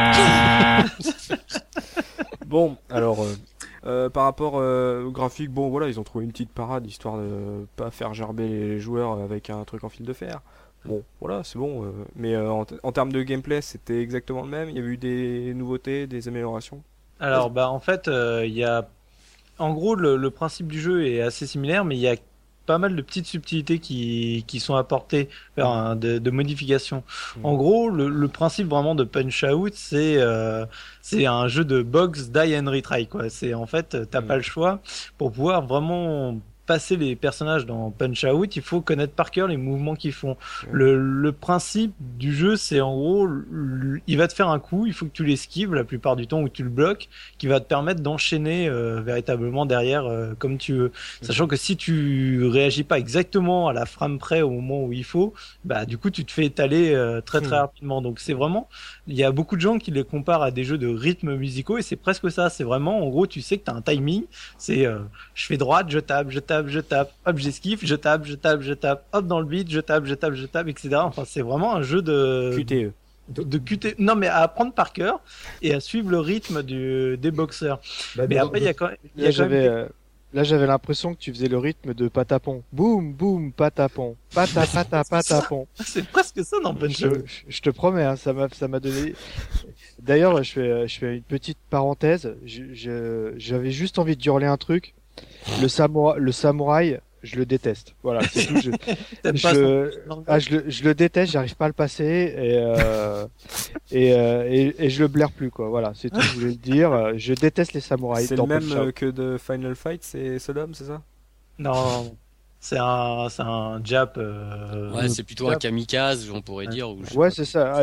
Speaker 1: Bon, alors, par rapport au graphique, bon voilà, ils ont trouvé une petite parade histoire de pas faire gerber les joueurs avec un truc en fil de fer. Bon, voilà, c'est bon. Mais en termes de gameplay, c'était exactement le même. Il y avait eu des nouveautés, des améliorations.
Speaker 5: Alors, bah, en fait, il y a. En gros, le principe du jeu est assez similaire, mais il y a pas mal de petites subtilités qui sont apportées de modifications. En gros, le principe vraiment de Punch-Out, c'est un jeu de box, die and retry, quoi. C'est en fait, t'as pas le choix pour pouvoir vraiment passer les personnages dans Punch-Out, il faut connaître par cœur les mouvements qu'ils font. Le principe du jeu, c'est en gros, il va te faire un coup, il faut que tu l'esquives la plupart du temps ou que tu le bloques, qui va te permettre d'enchaîner véritablement derrière comme tu veux. Sachant que si tu réagis pas exactement à la frame près au moment où il faut, bah du coup tu te fais étaler très rapidement. Donc c'est vraiment, il y a beaucoup de gens qui les comparent à des jeux de rythmes musicaux et c'est presque ça. C'est vraiment, en gros, tu sais que t'as un timing. C'est je fais droite, je tape, hop j'esquive, je tape, hop dans le beat, je tape, etc. Enfin c'est vraiment un jeu de
Speaker 1: QTE.
Speaker 5: de QT. Non, mais à apprendre par cœur et à suivre le rythme des boxeurs. Mais après, il y a quand même.
Speaker 2: Là, j'avais l'impression que tu faisais le rythme de patapon. Boum, boum, patapon. Patapon.
Speaker 5: C'est presque ça dans Punch-Out.
Speaker 2: Je te promets, hein, ça m'a donné. D'ailleurs, je fais une petite parenthèse. J'avais juste envie de hurler un truc. Le samouraï, je le déteste. Voilà, c'est tout. Je le déteste, j'arrive pas à le passer et je le blaire plus, quoi. Voilà, c'est tout. Je voulais le dire. Je déteste les samouraïs.
Speaker 1: C'est le même que de Final Fight, c'est Sodom, c'est ça?
Speaker 5: Non, c'est un Jap.
Speaker 3: Ouais, c'est plutôt un kamikaze, on pourrait dire.
Speaker 2: Ouais, c'est ça.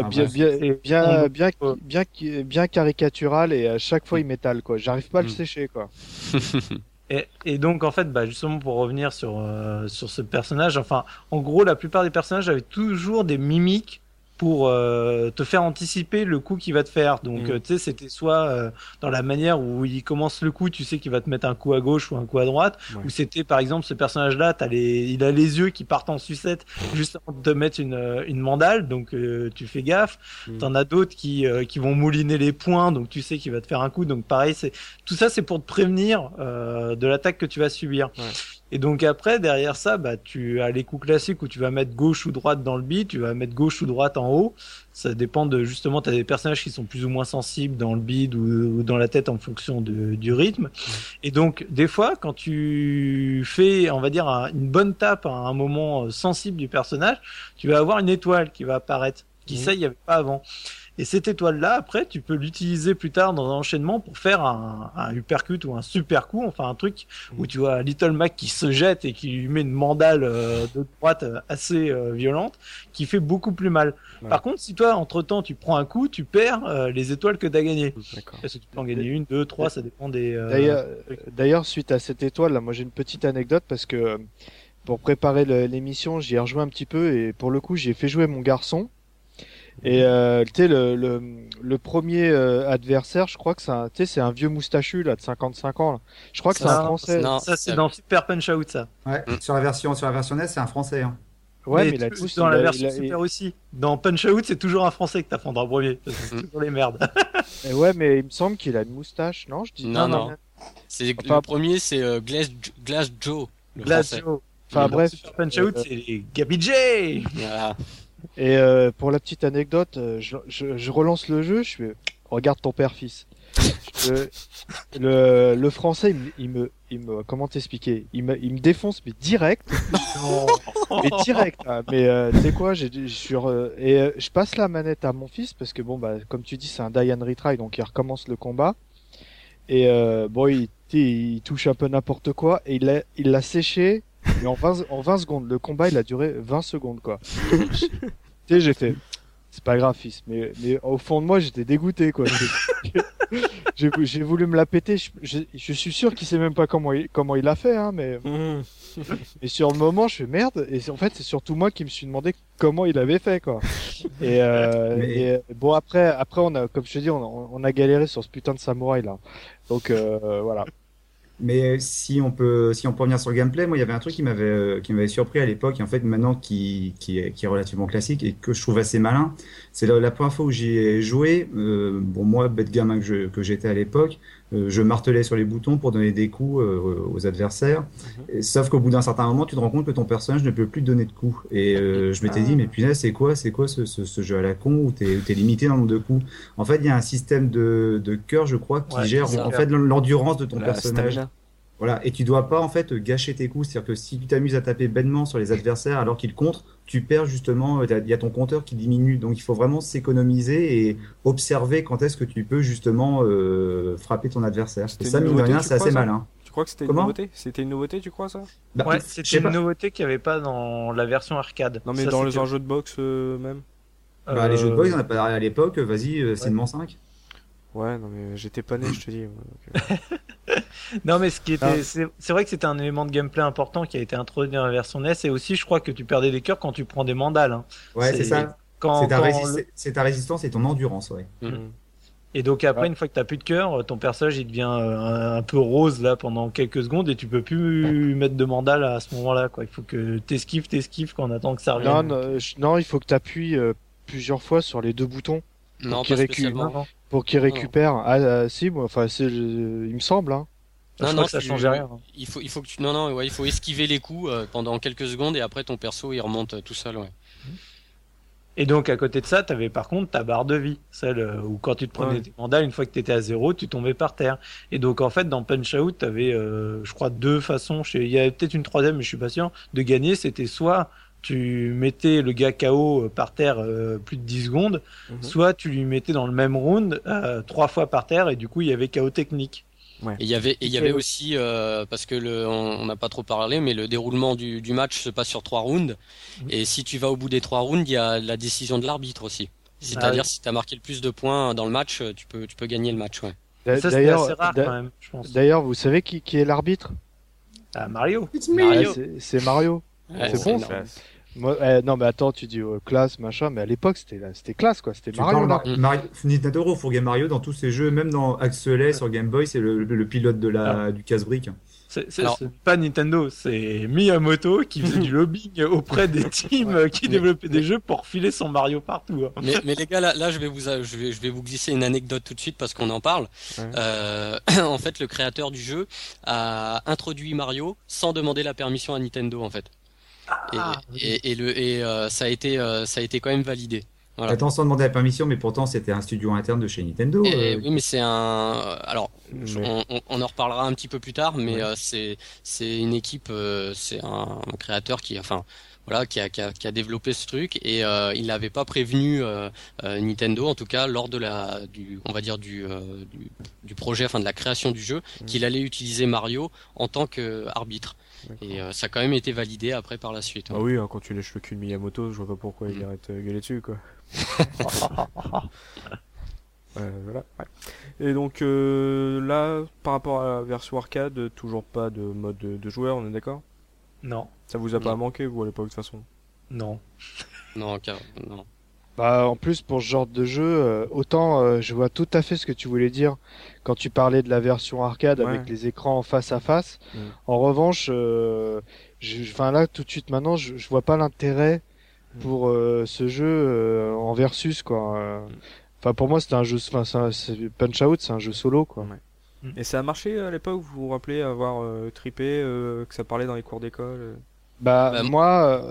Speaker 2: Bien caricatural et à chaque fois il m'étale, quoi. J'arrive pas à le sécher, quoi.
Speaker 5: Et donc en fait, justement pour revenir sur ce personnage, enfin, en gros, la plupart des personnages avaient toujours des mimiques pour te faire anticiper le coup qu'il va te faire. Donc tu sais, c'était soit dans la manière où il commence le coup, tu sais qu'il va te mettre un coup à gauche ou un coup à droite, ou c'était par exemple ce personnage-là, il a les yeux qui partent en sucette juste avant de te mettre une mandale, donc tu fais gaffe. T'en as d'autres qui vont mouliner les poings, donc tu sais qu'il va te faire un coup. Donc pareil, tout ça, c'est pour te prévenir de l'attaque que tu vas subir. Ouais. Et donc après, derrière ça, tu as les coups classiques où tu vas mettre gauche ou droite dans le beat, tu vas mettre gauche ou droite en haut. Ça dépend de, justement, tu as des personnages qui sont plus ou moins sensibles dans le beat ou dans la tête en fonction du rythme. Et donc, des fois, quand tu fais, on va dire, une bonne tape à un moment sensible du personnage, tu vas avoir une étoile qui va apparaître, qui ça, il n'y avait pas avant. Et cette étoile-là, après, tu peux l'utiliser plus tard dans un enchaînement pour faire un uppercut ou un super coup, enfin un truc où tu vois Little Mac qui se jette et qui lui met une mandale de droite assez violente, qui fait beaucoup plus mal. Ouais. Par contre, si toi, entre-temps, tu prends un coup, tu perds les étoiles que tu as gagnées. Est-ce que tu peux en gagner une, deux, trois, ça dépend des...
Speaker 2: D'ailleurs, suite à cette étoile, là, moi j'ai une petite anecdote parce que pour préparer l'émission, j'y ai rejoué un petit peu et pour le coup, j'ai fait jouer mon garçon. Et tu sais le premier adversaire, je crois que c'est un vieux moustachu là de 55 ans là. Je crois que c'est un français.
Speaker 5: Non, ça c'est dans Super Punch-Out ça.
Speaker 4: Ouais, sur la version NES, c'est un français hein.
Speaker 2: Ouais, mais
Speaker 5: dans la version Super aussi. Dans Punch-Out, c'est toujours un français que t'affrontes en premier, parce que c'est toujours les merdes.
Speaker 2: Et ouais, mais il me semble qu'il a une moustache, non? Je dis
Speaker 3: non. C'est le premier, c'est Glass Joe.
Speaker 5: Glass Joe.
Speaker 2: Enfin bref.
Speaker 5: Super Punch-Out, c'est les Gabi J.
Speaker 3: Voilà.
Speaker 2: Et pour la petite anecdote, je relance le jeu, je fais regarde ton père-fils. Le français, il me comment t'expliquer, il me défonce mais direct. Mais direct. Hein. Mais tu sais quoi, je passe la manette à mon fils parce que bon comme tu dis c'est un die and retry donc il recommence le combat et il touche un peu n'importe quoi et il l'a séché. Mais en 20 secondes, le combat il a duré 20 secondes quoi. Tu sais, j'ai fait, c'est pas grave fils, mais au fond de moi j'étais dégoûté quoi. J'ai voulu me la péter. Je suis sûr qu'il sait même pas comment il a fait hein, mais sur le moment je fais merde et en fait c'est surtout moi qui me suis demandé comment il avait fait quoi. Et bon après on a comme je te dis on a galéré sur ce putain de samouraï là. Donc voilà.
Speaker 4: Mais si on peut revenir sur le gameplay, moi il y avait un truc qui m'avait surpris à l'époque et en fait maintenant qui est relativement classique et que je trouve assez malin. C'est la première fois où j'y ai joué. Bon moi bête gamin que j'étais à l'époque, je martelais sur les boutons pour donner des coups aux adversaires. Sauf qu'au bout d'un certain moment, tu te rends compte que ton personnage ne peut plus te donner de coups. Et je m'étais dit mais punaise c'est quoi ce jeu à la con où t'es limité dans le nombre de coups. En fait il y a un système de cœur je crois qui gère en fait l'endurance de ton personnage. Voilà, et tu dois pas en fait gâcher tes coups, c'est-à-dire que si tu t'amuses à taper bêtement sur les adversaires alors qu'ils contrent, tu perds justement, il y a ton compteur qui diminue, donc il faut vraiment s'économiser et observer quand est-ce que tu peux justement frapper ton adversaire. Et ça, mine de rien, c'est assez malin.
Speaker 1: Tu crois que c'était une nouveauté? C'était une nouveauté, tu crois ça?
Speaker 5: Ouais, c'était une nouveauté qu'il n'y avait pas dans la version arcade.
Speaker 1: Non mais ça, dans les jeux de boxe même.
Speaker 4: Les jeux de boxe, on a pas à l'époque, vas-y, c'est une 5.
Speaker 1: Ouais, non mais j'étais pas né, je te dis.
Speaker 5: Non mais c'est vrai que c'était un élément de gameplay important qui a été introduit dans la version NES et aussi je crois que tu perdais des cœurs quand tu prends des mandales. Hein.
Speaker 4: Ouais, c'est ça. C'est ta résistance et ton endurance, ouais.
Speaker 5: Et donc après, une fois que t'as plus de cœur, ton personnage il devient un peu rose là pendant quelques secondes et tu peux plus mettre de mandale à ce moment-là quoi. Il faut que t'esquives quand on attend que ça revienne.
Speaker 2: Non, il faut que t'appuies plusieurs fois sur les 2 boutons
Speaker 3: Non,
Speaker 2: qu'il
Speaker 3: pas spécialement.
Speaker 2: pour qu'il
Speaker 3: Non,
Speaker 2: récupère. Si, moi, enfin, il me semble. Hein.
Speaker 5: Je crois que ça changeait rien.
Speaker 3: Il faut que tu, non, ouais, il faut esquiver les coups pendant quelques secondes et après ton perso il remonte tout seul, ouais.
Speaker 5: Et donc, à côté de ça, t'avais par contre ta barre de vie, celle où quand tu te prenais tes mandats, une fois que t'étais à 0, tu tombais par terre. Et donc, en fait, dans Punch-Out, t'avais, je crois, 2 façons, il y avait peut-être une troisième, mais je suis pas sûr, de gagner. C'était soit tu mettais le gars KO par terre plus de 10 secondes, soit tu lui mettais dans le même round 3 fois par terre, et du coup, il y avait KO technique.
Speaker 1: Ouais.
Speaker 3: Et il y avait aussi parce que on n'a pas trop parlé, mais le déroulement du match se passe sur 3 rounds. Et si tu vas au bout des 3 rounds, il y a la décision de l'arbitre aussi. C'est-à-dire si tu as marqué le plus de points dans le match, tu peux gagner le match. Ouais.
Speaker 5: Ça c'était assez rare quand même, je pense.
Speaker 2: D'ailleurs, vous savez qui est l'arbitre?
Speaker 5: Mario.
Speaker 2: C'est Mario.
Speaker 3: Ouais,
Speaker 2: c'est bon. Moi, non mais attends, tu dis classe machin, mais à l'époque c'était classe quoi, c'était Mario.
Speaker 4: Nintendo fourguait Mario dans tous ses jeux, même dans Axelet sur Game Boy, c'est le pilote du casse-brique.
Speaker 5: C'est pas Nintendo, c'est Miyamoto qui faisait du lobbying auprès des teams qui développaient des jeux pour filer son Mario partout. Hein.
Speaker 3: Mais les gars, là je vais vous glisser une anecdote tout de suite parce qu'on en parle. Ouais. En fait, le créateur du jeu a introduit Mario sans demander la permission à Nintendo en fait. Ça a été quand même validé. Voilà.
Speaker 4: Attends, sans demander la permission, mais pourtant c'était un studio interne de chez Nintendo.
Speaker 3: Oui, mais c'est alors on en reparlera un petit peu plus tard, mais c'est une équipe, c'est un créateur qui a développé ce truc et il n'avait pas prévenu Nintendo en tout cas lors de du projet, enfin de la création du jeu, qu'il allait utiliser Mario en tant qu'arbitre. Et ça a quand même été validé après par la suite.
Speaker 1: Ah oui, hein, quand tu lèches le cul de Miyamoto, je vois pas pourquoi il arrête de gueuler dessus quoi. Voilà. Ouais. Et donc là, par rapport à la version arcade, toujours pas de mode de joueur, on est d'accord?
Speaker 5: Non.
Speaker 1: Ça vous a pas manqué vous à l'époque de toute façon?
Speaker 5: Non.
Speaker 3: Non.
Speaker 2: Bah en plus pour ce genre de jeu, autant je vois tout à fait ce que tu voulais dire quand tu parlais de la version arcade avec les écrans face à face. En revanche, là tout de suite maintenant, je vois pas l'intérêt pour ce jeu en versus quoi. Enfin pour moi c'était un jeu, Punch-Out, c'est un jeu solo quoi.
Speaker 1: Ouais. Et ça a marché à l'époque, vous vous rappelez avoir trippé, que ça parlait dans les cours d'école?
Speaker 2: Moi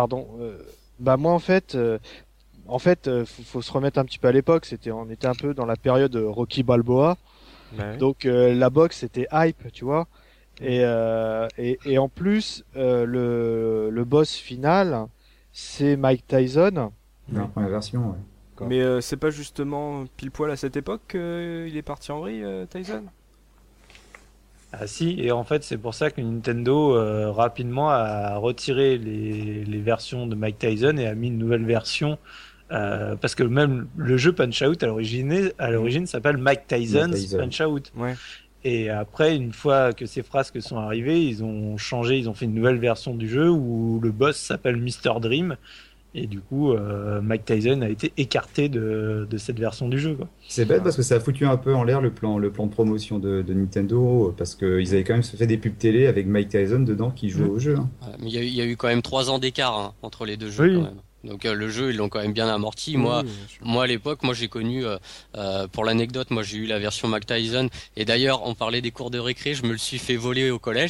Speaker 2: en fait, faut se remettre un petit peu à l'époque. On était un peu dans la période Rocky Balboa, donc la boxe c'était hype, tu vois. Et en plus, le boss final, c'est Mike Tyson.
Speaker 4: La première version. Ouais.
Speaker 1: Mais c'est pas justement pile poil à cette époque qu'il est parti en vrille, Tyson?
Speaker 5: Ah si, et en fait c'est pour ça que Nintendo rapidement a retiré les versions de Mike Tyson et a mis une nouvelle version. Parce que même le jeu Punch-Out à l'origine s'appelle Mike Tyson's Punch-Out. Ouais. Et après, une fois que ces frasques sont arrivés, ils ont fait une nouvelle version du jeu où le boss s'appelle Mr. Dream. Et du coup, Mike Tyson a été écarté de cette version du jeu, quoi.
Speaker 4: C'est bête parce que ça a foutu un peu en l'air le plan de promotion de Nintendo, parce qu'ils avaient quand même fait des pubs télé avec Mike Tyson dedans qui jouait au jeu. Hein.
Speaker 3: Ouais, mais il y a eu quand même 3 ans d'écart entre les deux jeux.
Speaker 5: Oui.
Speaker 3: Quand même. Donc le jeu ils l'ont quand même bien amorti. Moi à l'époque, j'ai connu pour l'anecdote, moi j'ai eu la version Mike Tyson et d'ailleurs on parlait des cours de récré, je me le suis fait voler au collège.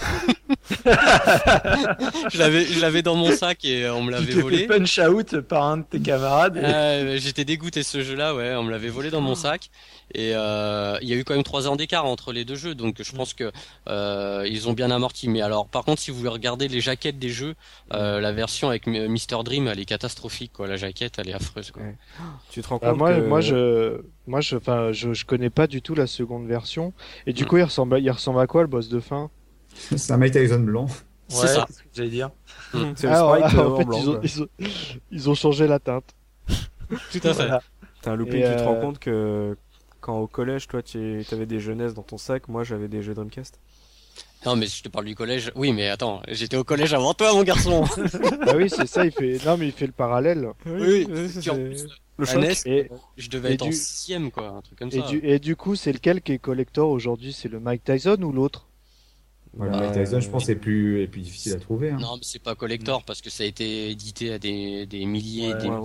Speaker 3: je l'avais dans mon sac et on me l'avait volé.
Speaker 5: Tu t'es fait Punch-Out par un de tes camarades.
Speaker 3: J'étais dégoûté ce jeu-là, on me l'avait volé dans mon sac. Et il y a eu quand même 3 ans d'écart entre les deux jeux, donc je pense que ils ont bien amorti. Mais alors, par contre, si vous regardez les jaquettes des jeux, la version avec Mr. Dream, elle est catastrophique, quoi. La jaquette, elle est affreuse, quoi.
Speaker 1: Ouais. Tu te rends compte
Speaker 2: moi, je connais pas du tout la seconde version. Et du coup, il ressemble à quoi le boss de fin?
Speaker 4: C'est un Mike Tyson blanc.
Speaker 5: C'est ça, c'est ce que j'allais dire.
Speaker 1: C'est le sprite
Speaker 2: en fait,
Speaker 1: blanc.
Speaker 2: Ils ont changé la teinte.
Speaker 3: Tout à fait.
Speaker 1: T'as un looping, tu te rends compte que quand au collège, toi, tu avais des jeunesses dans ton sac, moi j'avais des jeux Dreamcast.
Speaker 3: Non, mais je te parle du collège. Oui, mais attends, j'étais au collège avant toi, mon garçon.
Speaker 2: Ah oui, c'est ça, il fait le parallèle.
Speaker 3: Oui,
Speaker 1: le choc.
Speaker 3: Je devais être en 6ème, quoi, un truc comme ça.
Speaker 2: Et du coup, c'est lequel qui est collector aujourd'hui? C'est le Mike Tyson ou l'autre?
Speaker 4: Voilà, Mike Tyson, je pense, est plus difficile à trouver. Hein.
Speaker 3: Non, mais c'est pas collector parce que ça a été édité à des milliers.
Speaker 1: Voilà.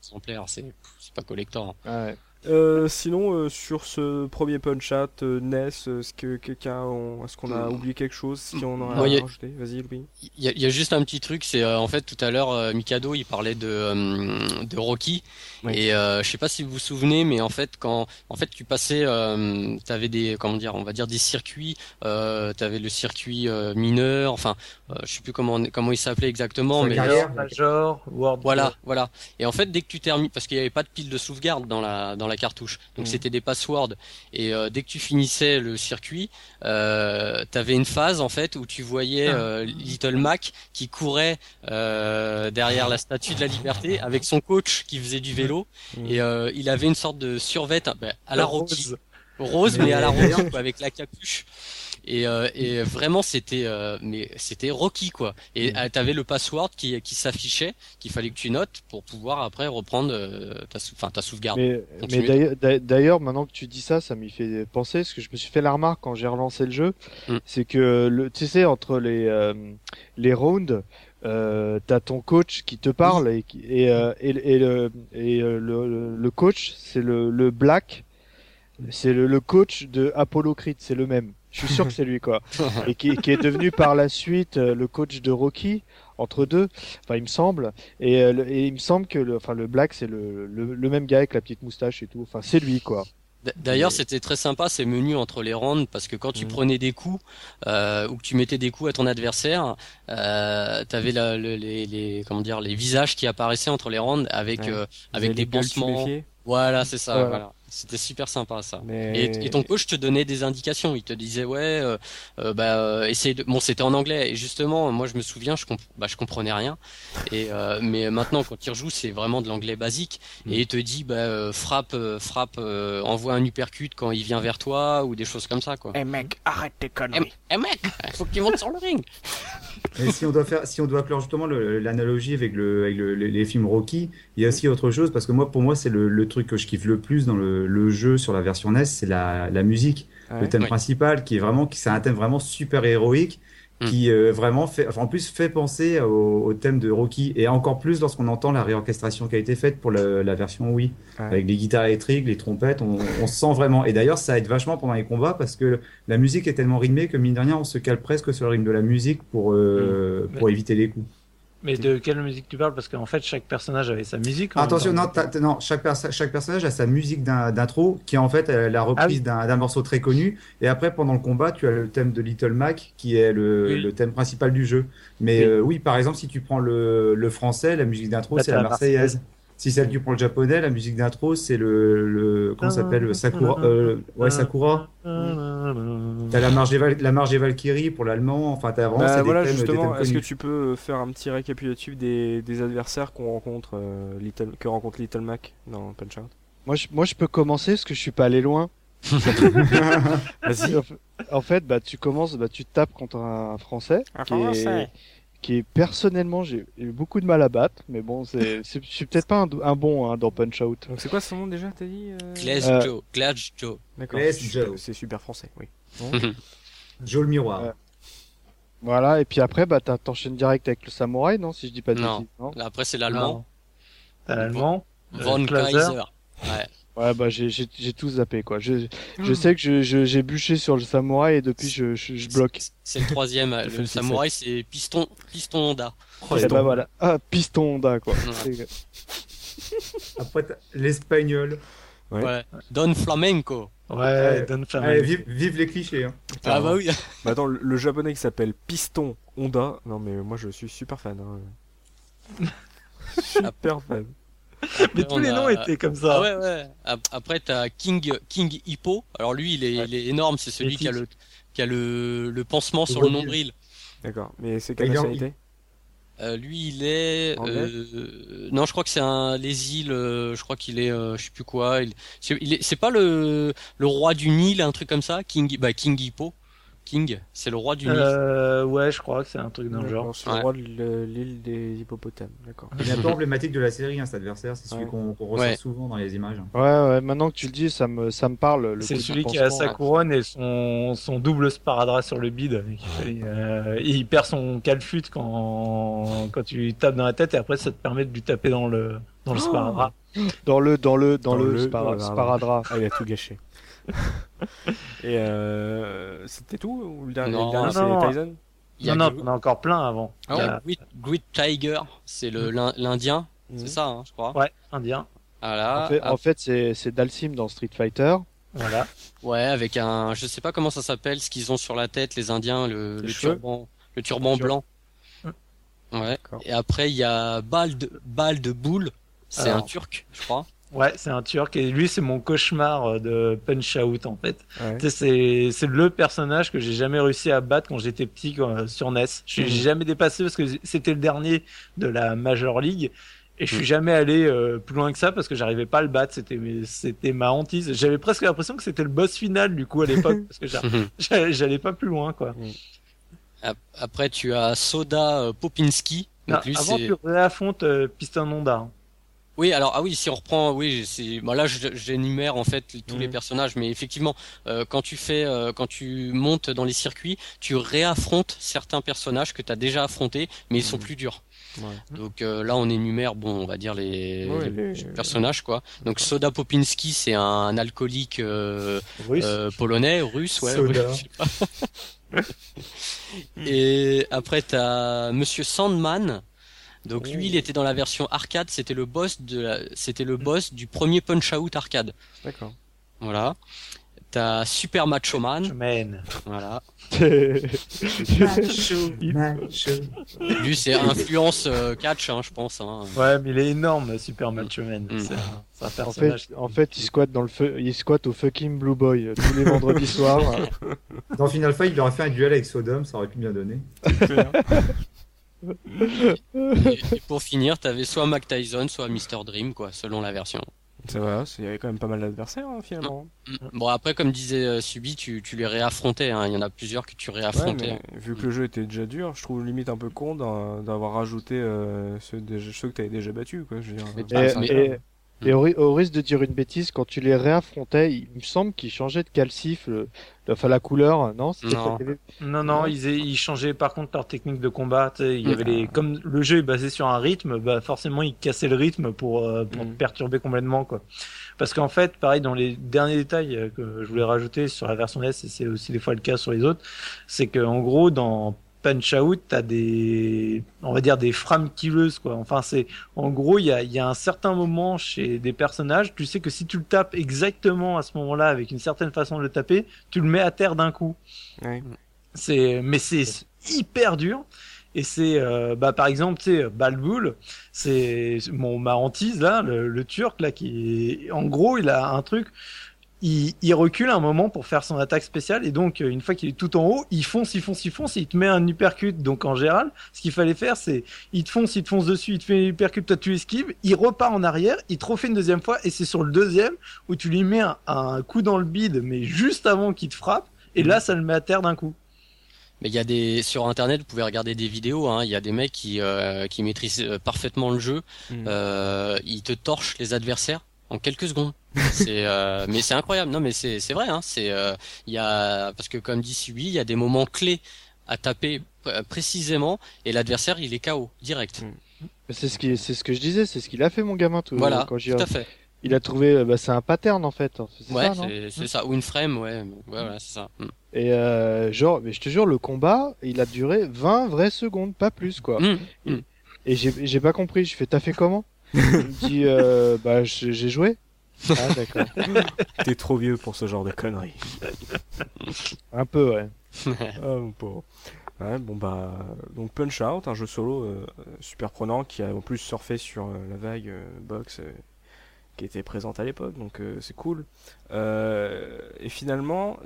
Speaker 3: exemplaires, c'est pas collector.
Speaker 2: Ouais.
Speaker 1: Sinon, sur ce premier Punch-Out NES, est-ce qu'on a oublié quelque chose? Si on en a rajouté, vas-y, Louis.
Speaker 3: Il y a juste un petit truc, c'est en fait tout à l'heure Mikado il parlait de Rocky et je sais pas si vous vous souvenez, mais en fait quand tu passais, t'avais des on va dire des circuits, t'avais le circuit mineur, enfin je sais plus comment il s'appelait exactement, mais
Speaker 5: Major, World.
Speaker 3: Voilà. Et en fait dès que tu termines, parce qu'il y avait pas de pile de sauvegarde dans la cartouche, donc c'était des passwords, et dès que tu finissais le circuit, t'avais une phase en fait où tu voyais Little Mac qui courait derrière la Statue de la Liberté avec son coach qui faisait du vélo, et il avait une sorte de survêt à la Rocky, rose mais à la Rocky quoi, avec la capuche. Et vraiment c'était Rocky quoi. Et t'avais le password qui s'affichait, qu'il fallait que tu notes pour pouvoir après reprendre ta sauvegarde.
Speaker 2: Mais d'ailleurs maintenant que tu dis ça, ça m'y fait penser, parce que je me suis fait la remarque quand j'ai relancé le jeu, c'est que tu sais, entre les rounds, t'as ton coach qui te parle et le coach c'est le Black, c'est le coach de Apollo Creed, c'est le même. Je suis sûr que c'est lui quoi. Et qui est devenu par la suite le coach de Rocky, entre deux. Enfin, il me semble. Et il me semble que le Black c'est le même gars avec la petite moustache et tout. Enfin, c'est lui quoi.
Speaker 3: D'ailleurs, c'était très sympa ces menus entre les rounds, parce que quand tu prenais des coups ou que tu mettais des coups à ton adversaire, t'avais les visages qui apparaissaient entre les rounds avec des pansements. Voilà, c'est ça. Voilà. C'était super sympa ça. Et ton coach te donnait des indications. Il te disait essaye de. Bon, c'était en anglais. Et justement, moi je me souviens, je comprenais rien. Mais maintenant, quand il rejoue, c'est vraiment de l'anglais basique. Et il te dit frappe, envoie un uppercut quand il vient vers toi ou des choses comme ça quoi.
Speaker 1: Mec, arrête tes conneries.
Speaker 3: Mec, faut que tu montes sur le ring.
Speaker 4: Et si on doit clore justement l'analogie avec les films Rocky, il y a aussi autre chose, parce que pour moi c'est le truc que je kiffe le plus dans le jeu sur la version NES, c'est la musique, le thème principal c'est un thème vraiment super héroïque qui vraiment fait penser au thème de Rocky, et encore plus lorsqu'on entend la réorchestration qui a été faite pour la version Wii, avec les guitares électriques, les trompettes, on se sent vraiment. Et d'ailleurs ça aide vachement pendant les combats, parce que la musique est tellement rythmée que mine de rien on se cale presque sur le rythme de la musique pour éviter les coups.
Speaker 5: Mais de quelle musique tu parles? Parce qu'en fait, chaque personnage avait sa musique.
Speaker 4: Attention, non, chaque personnage a sa musique d'intro, qui est en fait la reprise d'un morceau très connu. Et après, pendant le combat, tu as le thème de Little Mac, qui est le thème principal du jeu. Mais par exemple, si tu prends le français, la musique d'intro, c'est la Marseillaise. Si celle tu prends le japonais, la musique d'intro, c'est comment ça s'appelle, Sakura. Sakura. T'as la marge et Valkyrie pour l'allemand. Enfin, t'as vraiment des thèmes,
Speaker 1: justement,
Speaker 4: des
Speaker 1: est-ce que
Speaker 4: thèmes
Speaker 1: tu peux faire un petit récapitulatif des adversaires que rencontre Little Mac dans Punch-Out?
Speaker 2: Moi, je peux commencer parce que je suis pas allé loin.
Speaker 1: Vas-y.
Speaker 2: En fait, tu commences, tu tapes contre un Français qui est personnellement, j'ai eu beaucoup de mal à battre, mais bon, je suis peut-être pas un bon dans Punch-Out.
Speaker 1: Donc c'est quoi son nom déjà, t'as dit?
Speaker 3: Glass Joe.
Speaker 1: D'accord. C'est super français, oui. Bon.
Speaker 4: Joe le miroir.
Speaker 2: Voilà, et puis après, t'enchaînes direct avec le samouraï, non? Si je dis pas de bêtises. Non.
Speaker 3: Après, c'est l'allemand.
Speaker 5: T'as l'allemand.
Speaker 3: Von Kaiser.
Speaker 2: Ouais, j'ai tout zappé, quoi. Je sais que j'ai bûché sur le samouraï et depuis je bloque.
Speaker 3: C'est le troisième. Le samouraï, c'est Piston Honda.
Speaker 2: Et voilà. Ah, Piston Honda, quoi.
Speaker 4: Après, l'espagnol.
Speaker 3: Ouais. Don Flamenco.
Speaker 5: Ouais, Don Flamenco.
Speaker 4: Allez, vive les clichés. Hein.
Speaker 3: Ah bah oui.
Speaker 1: Attends, le japonais qui s'appelle Piston Honda. Non, mais moi je suis super fan. Super fan.
Speaker 5: Après, mais tous les noms étaient comme ça.
Speaker 3: Ah ouais. Après, t'as King Hippo. Alors lui, il est énorme. C'est celui qui a le pansement sur le nombril.
Speaker 1: D'accord. Mais c'est quelle nationalité?
Speaker 3: Lui, il est. Non, je crois que c'est les îles. Je crois qu'il est. Je sais plus quoi. C'est pas le roi du Nil, un truc comme ça. King Hippo. King, c'est le roi du Nil.
Speaker 5: Ouais, je crois que c'est un truc dans le genre.
Speaker 1: C'est le roi de l'île des hippopotames, d'accord.
Speaker 4: Il est un peu emblématique de la série, cet adversaire. C'est celui qu'on ressort souvent dans les images.
Speaker 2: Ouais, maintenant que tu le dis, ça me parle.
Speaker 5: C'est celui qui a sa couronne et son double sparadrap sur le bide. Il perd son calfut quand tu tapes dans la tête, et après ça te permet de lui taper dans Dans le sparadrap.
Speaker 2: Dans le
Speaker 1: voilà.
Speaker 2: sparadrap.
Speaker 1: Ah, il a tout gâché. Et c'était tout ou le dernier,
Speaker 3: Non,
Speaker 1: c'est
Speaker 5: non.
Speaker 1: Tyson?
Speaker 3: Il y a
Speaker 5: Non,
Speaker 3: Gr-
Speaker 5: on a encore plein avant.
Speaker 3: il y a Great Tiger, c'est l'Indien, c'est ça, hein, je crois.
Speaker 5: Ouais, indien.
Speaker 3: Voilà.
Speaker 2: En fait, c'est Dalsim dans Street Fighter.
Speaker 5: Voilà.
Speaker 3: Ouais, avec je sais pas comment ça s'appelle, ce qu'ils ont sur la tête, les Indiens, le
Speaker 2: cheveux.
Speaker 3: turban blanc. Ouais.
Speaker 1: D'accord.
Speaker 3: Et après, il y a Bald Bull, c'est
Speaker 5: Alors.
Speaker 3: un Turc, je crois.
Speaker 5: Ouais, c'est un Turc et lui c'est mon cauchemar de Punch-Out en fait.
Speaker 1: Ouais.
Speaker 5: Tu sais, c'est le personnage que j'ai jamais réussi à battre quand j'étais petit sur NES. J'ai jamais dépassé parce que c'était le dernier de la Major League et je suis jamais allé plus loin que ça parce que j'arrivais pas à le battre. C'était ma hantise. J'avais presque l'impression que c'était le boss final du coup à l'époque parce que j'allais pas plus loin quoi.
Speaker 3: Après, tu as Soda Popinski. Donc
Speaker 5: Non,
Speaker 3: lui,
Speaker 5: avant
Speaker 3: c'est...
Speaker 5: tu réaffrontes Piston Honda.
Speaker 3: Oui, alors si on reprend, oui, c'est là j'énumère en fait tous les personnages, mais effectivement, quand tu montes dans les circuits, tu réaffrontes certains personnages que tu as déjà affrontés, mais ils sont plus durs.
Speaker 1: Ouais.
Speaker 3: Donc là, on énumère, bon, on va dire les
Speaker 1: les
Speaker 3: personnages quoi. Donc Soda Popinski, c'est un alcoolique
Speaker 5: Russe.
Speaker 3: polonais, russe, ouais.
Speaker 4: Soda.
Speaker 3: Je sais pas. Et après t'as Monsieur Sandman. Donc lui, il était dans la version arcade, c'était le boss du premier Punch-Out arcade.
Speaker 1: D'accord.
Speaker 3: Voilà. T'as Super Macho Man.
Speaker 5: Man.
Speaker 3: Voilà.
Speaker 4: Macho.
Speaker 3: Lui, c'est influence catch, hein, je pense. Hein.
Speaker 5: Ouais, mais il est énorme, Super Macho Man.
Speaker 3: Mm.
Speaker 5: C'est un personnage.
Speaker 2: En fait, il squatte au fucking Blue Boy tous les vendredis soirs.
Speaker 4: Dans Final Fight, il aurait fait un duel avec Sodom, ça aurait pu bien donner.
Speaker 3: Et pour finir, t'avais soit Mike Tyson, soit Mr. Dream, quoi, selon la version.
Speaker 1: Ça va, il y avait quand même pas mal d'adversaires hein, finalement.
Speaker 3: Bon, après, comme disait Subi, tu les réaffrontais. Hein. Il y en a plusieurs que tu
Speaker 1: Ouais,
Speaker 3: réaffrontais.
Speaker 1: mais vu que le jeu était déjà dur, je trouve limite un peu con d'avoir rajouté ceux que t'avais déjà battus, quoi. Je veux dire.
Speaker 3: Mais-
Speaker 2: Et au risque de dire une bêtise, quand tu les réaffrontais, il me semble qu'ils changeaient de calcif, enfin la couleur, non? C'était
Speaker 3: Non.
Speaker 2: pas TV.
Speaker 5: Non, ils changeaient par contre leur technique de combat. Tu sais, il y avait comme le jeu est basé sur un rythme, bah forcément ils cassaient le rythme pour te perturber complètement quoi. Parce qu'en fait, pareil dans les derniers détails que je voulais rajouter sur la version S, et c'est aussi des fois le cas sur les autres, c'est que en gros dans Punch-Out, t'as on va dire des frames killeuses quoi. Enfin en gros il y a un certain moment chez des personnages, tu sais que si tu le tapes exactement à ce moment-là avec une certaine façon de le taper, tu le mets à terre d'un coup.
Speaker 1: Ouais.
Speaker 5: Mais c'est hyper dur. Et c'est par exemple tu sais Balboul, c'est ma hantise là, le turc là qui en gros il a un truc. Il recule un moment pour faire son attaque spéciale et donc une fois qu'il est tout en haut, il fonce et il te met un uppercut. Donc en général, ce qu'il fallait faire c'est il te fonce dessus, il te fait un uppercut, toi tu esquives, il repart en arrière, il te refait une deuxième fois et c'est sur le deuxième où tu lui mets un coup dans le bide mais juste avant qu'il te frappe et là ça le met à terre d'un coup.
Speaker 3: Mais il y a sur internet, vous pouvez regarder des vidéos, hein, il y a des mecs qui maîtrisent parfaitement le jeu, ils te torchent les adversaires en quelques secondes. Mais c'est incroyable. Non, mais c'est vrai, hein, parce que comme dit Subi, il y a des moments clés à taper précisément et l'adversaire, il est KO direct.
Speaker 2: C'est ce que je disais, c'est ce qu'il a fait mon gamin
Speaker 3: Voilà,
Speaker 2: quand
Speaker 3: tout à fait.
Speaker 2: Il a trouvé, c'est un pattern en fait. C'est
Speaker 3: Ouais,
Speaker 2: ça, non
Speaker 3: c'est ça. Ou une frame, ouais. Voilà, c'est ça.
Speaker 2: Et mais je te jure, le combat, il a duré 20 vraies secondes, pas plus quoi. Et j'ai pas compris. Je fais, t'as fait comment? Il me dit, j'ai joué. Ah d'accord.
Speaker 1: T'es trop vieux pour ce genre de conneries.
Speaker 2: Un peu, ouais.
Speaker 1: Oh mon pauvre. Ouais, bon bah donc Punch Out, un jeu solo super prenant qui a en plus surfé sur la vague box qui était présente à l'époque, donc c'est cool. Et finalement,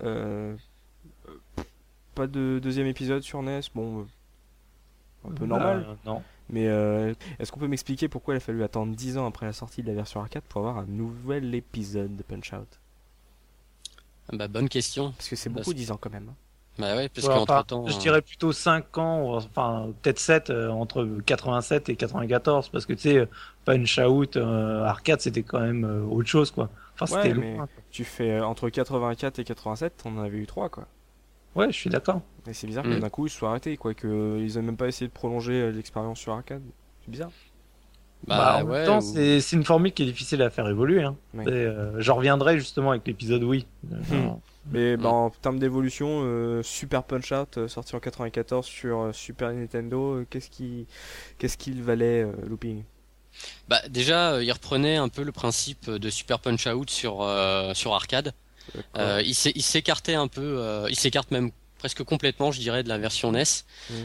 Speaker 1: pas de deuxième épisode sur NES, bon, un peu normal.
Speaker 5: Non.
Speaker 1: Mais est-ce qu'on peut m'expliquer pourquoi il a fallu attendre 10 ans après la sortie de la version arcade pour avoir un nouvel épisode de Punch Out?
Speaker 3: Bah bonne question.
Speaker 1: Parce que c'est beaucoup 10 ans quand même.
Speaker 3: Bah ouais, parce
Speaker 5: Ouais,
Speaker 3: qu'entre temps.
Speaker 5: je dirais plutôt 5 ans, enfin peut-être 7 entre 87 et 94, parce que tu sais, Punch-Out arcade c'était quand même autre chose quoi. Enfin
Speaker 1: Ouais,
Speaker 5: c'était
Speaker 1: mais
Speaker 5: loin.
Speaker 1: tu fais entre 84 et 87, on en avait eu 3 quoi.
Speaker 5: Ouais, je suis d'accord.
Speaker 1: Et c'est bizarre que d'un coup ils se soient arrêtés, quoi, qu'ils aient même pas essayé de prolonger l'expérience sur arcade. C'est bizarre.
Speaker 5: En même temps, c'est une formule qui est difficile à faire évoluer. Hein.
Speaker 1: Oui.
Speaker 5: J'en reviendrai justement avec l'épisode Wii.
Speaker 1: Mais en termes d'évolution, Super Punch-Out sorti en 94 sur Super Nintendo, qu'est-ce qu'il valait, Looping?
Speaker 3: Bah déjà, il reprenait un peu le principe de Super Punch-Out sur arcade. Il s'écartait un peu, il s'écarte même presque complètement, je dirais, de la version NES.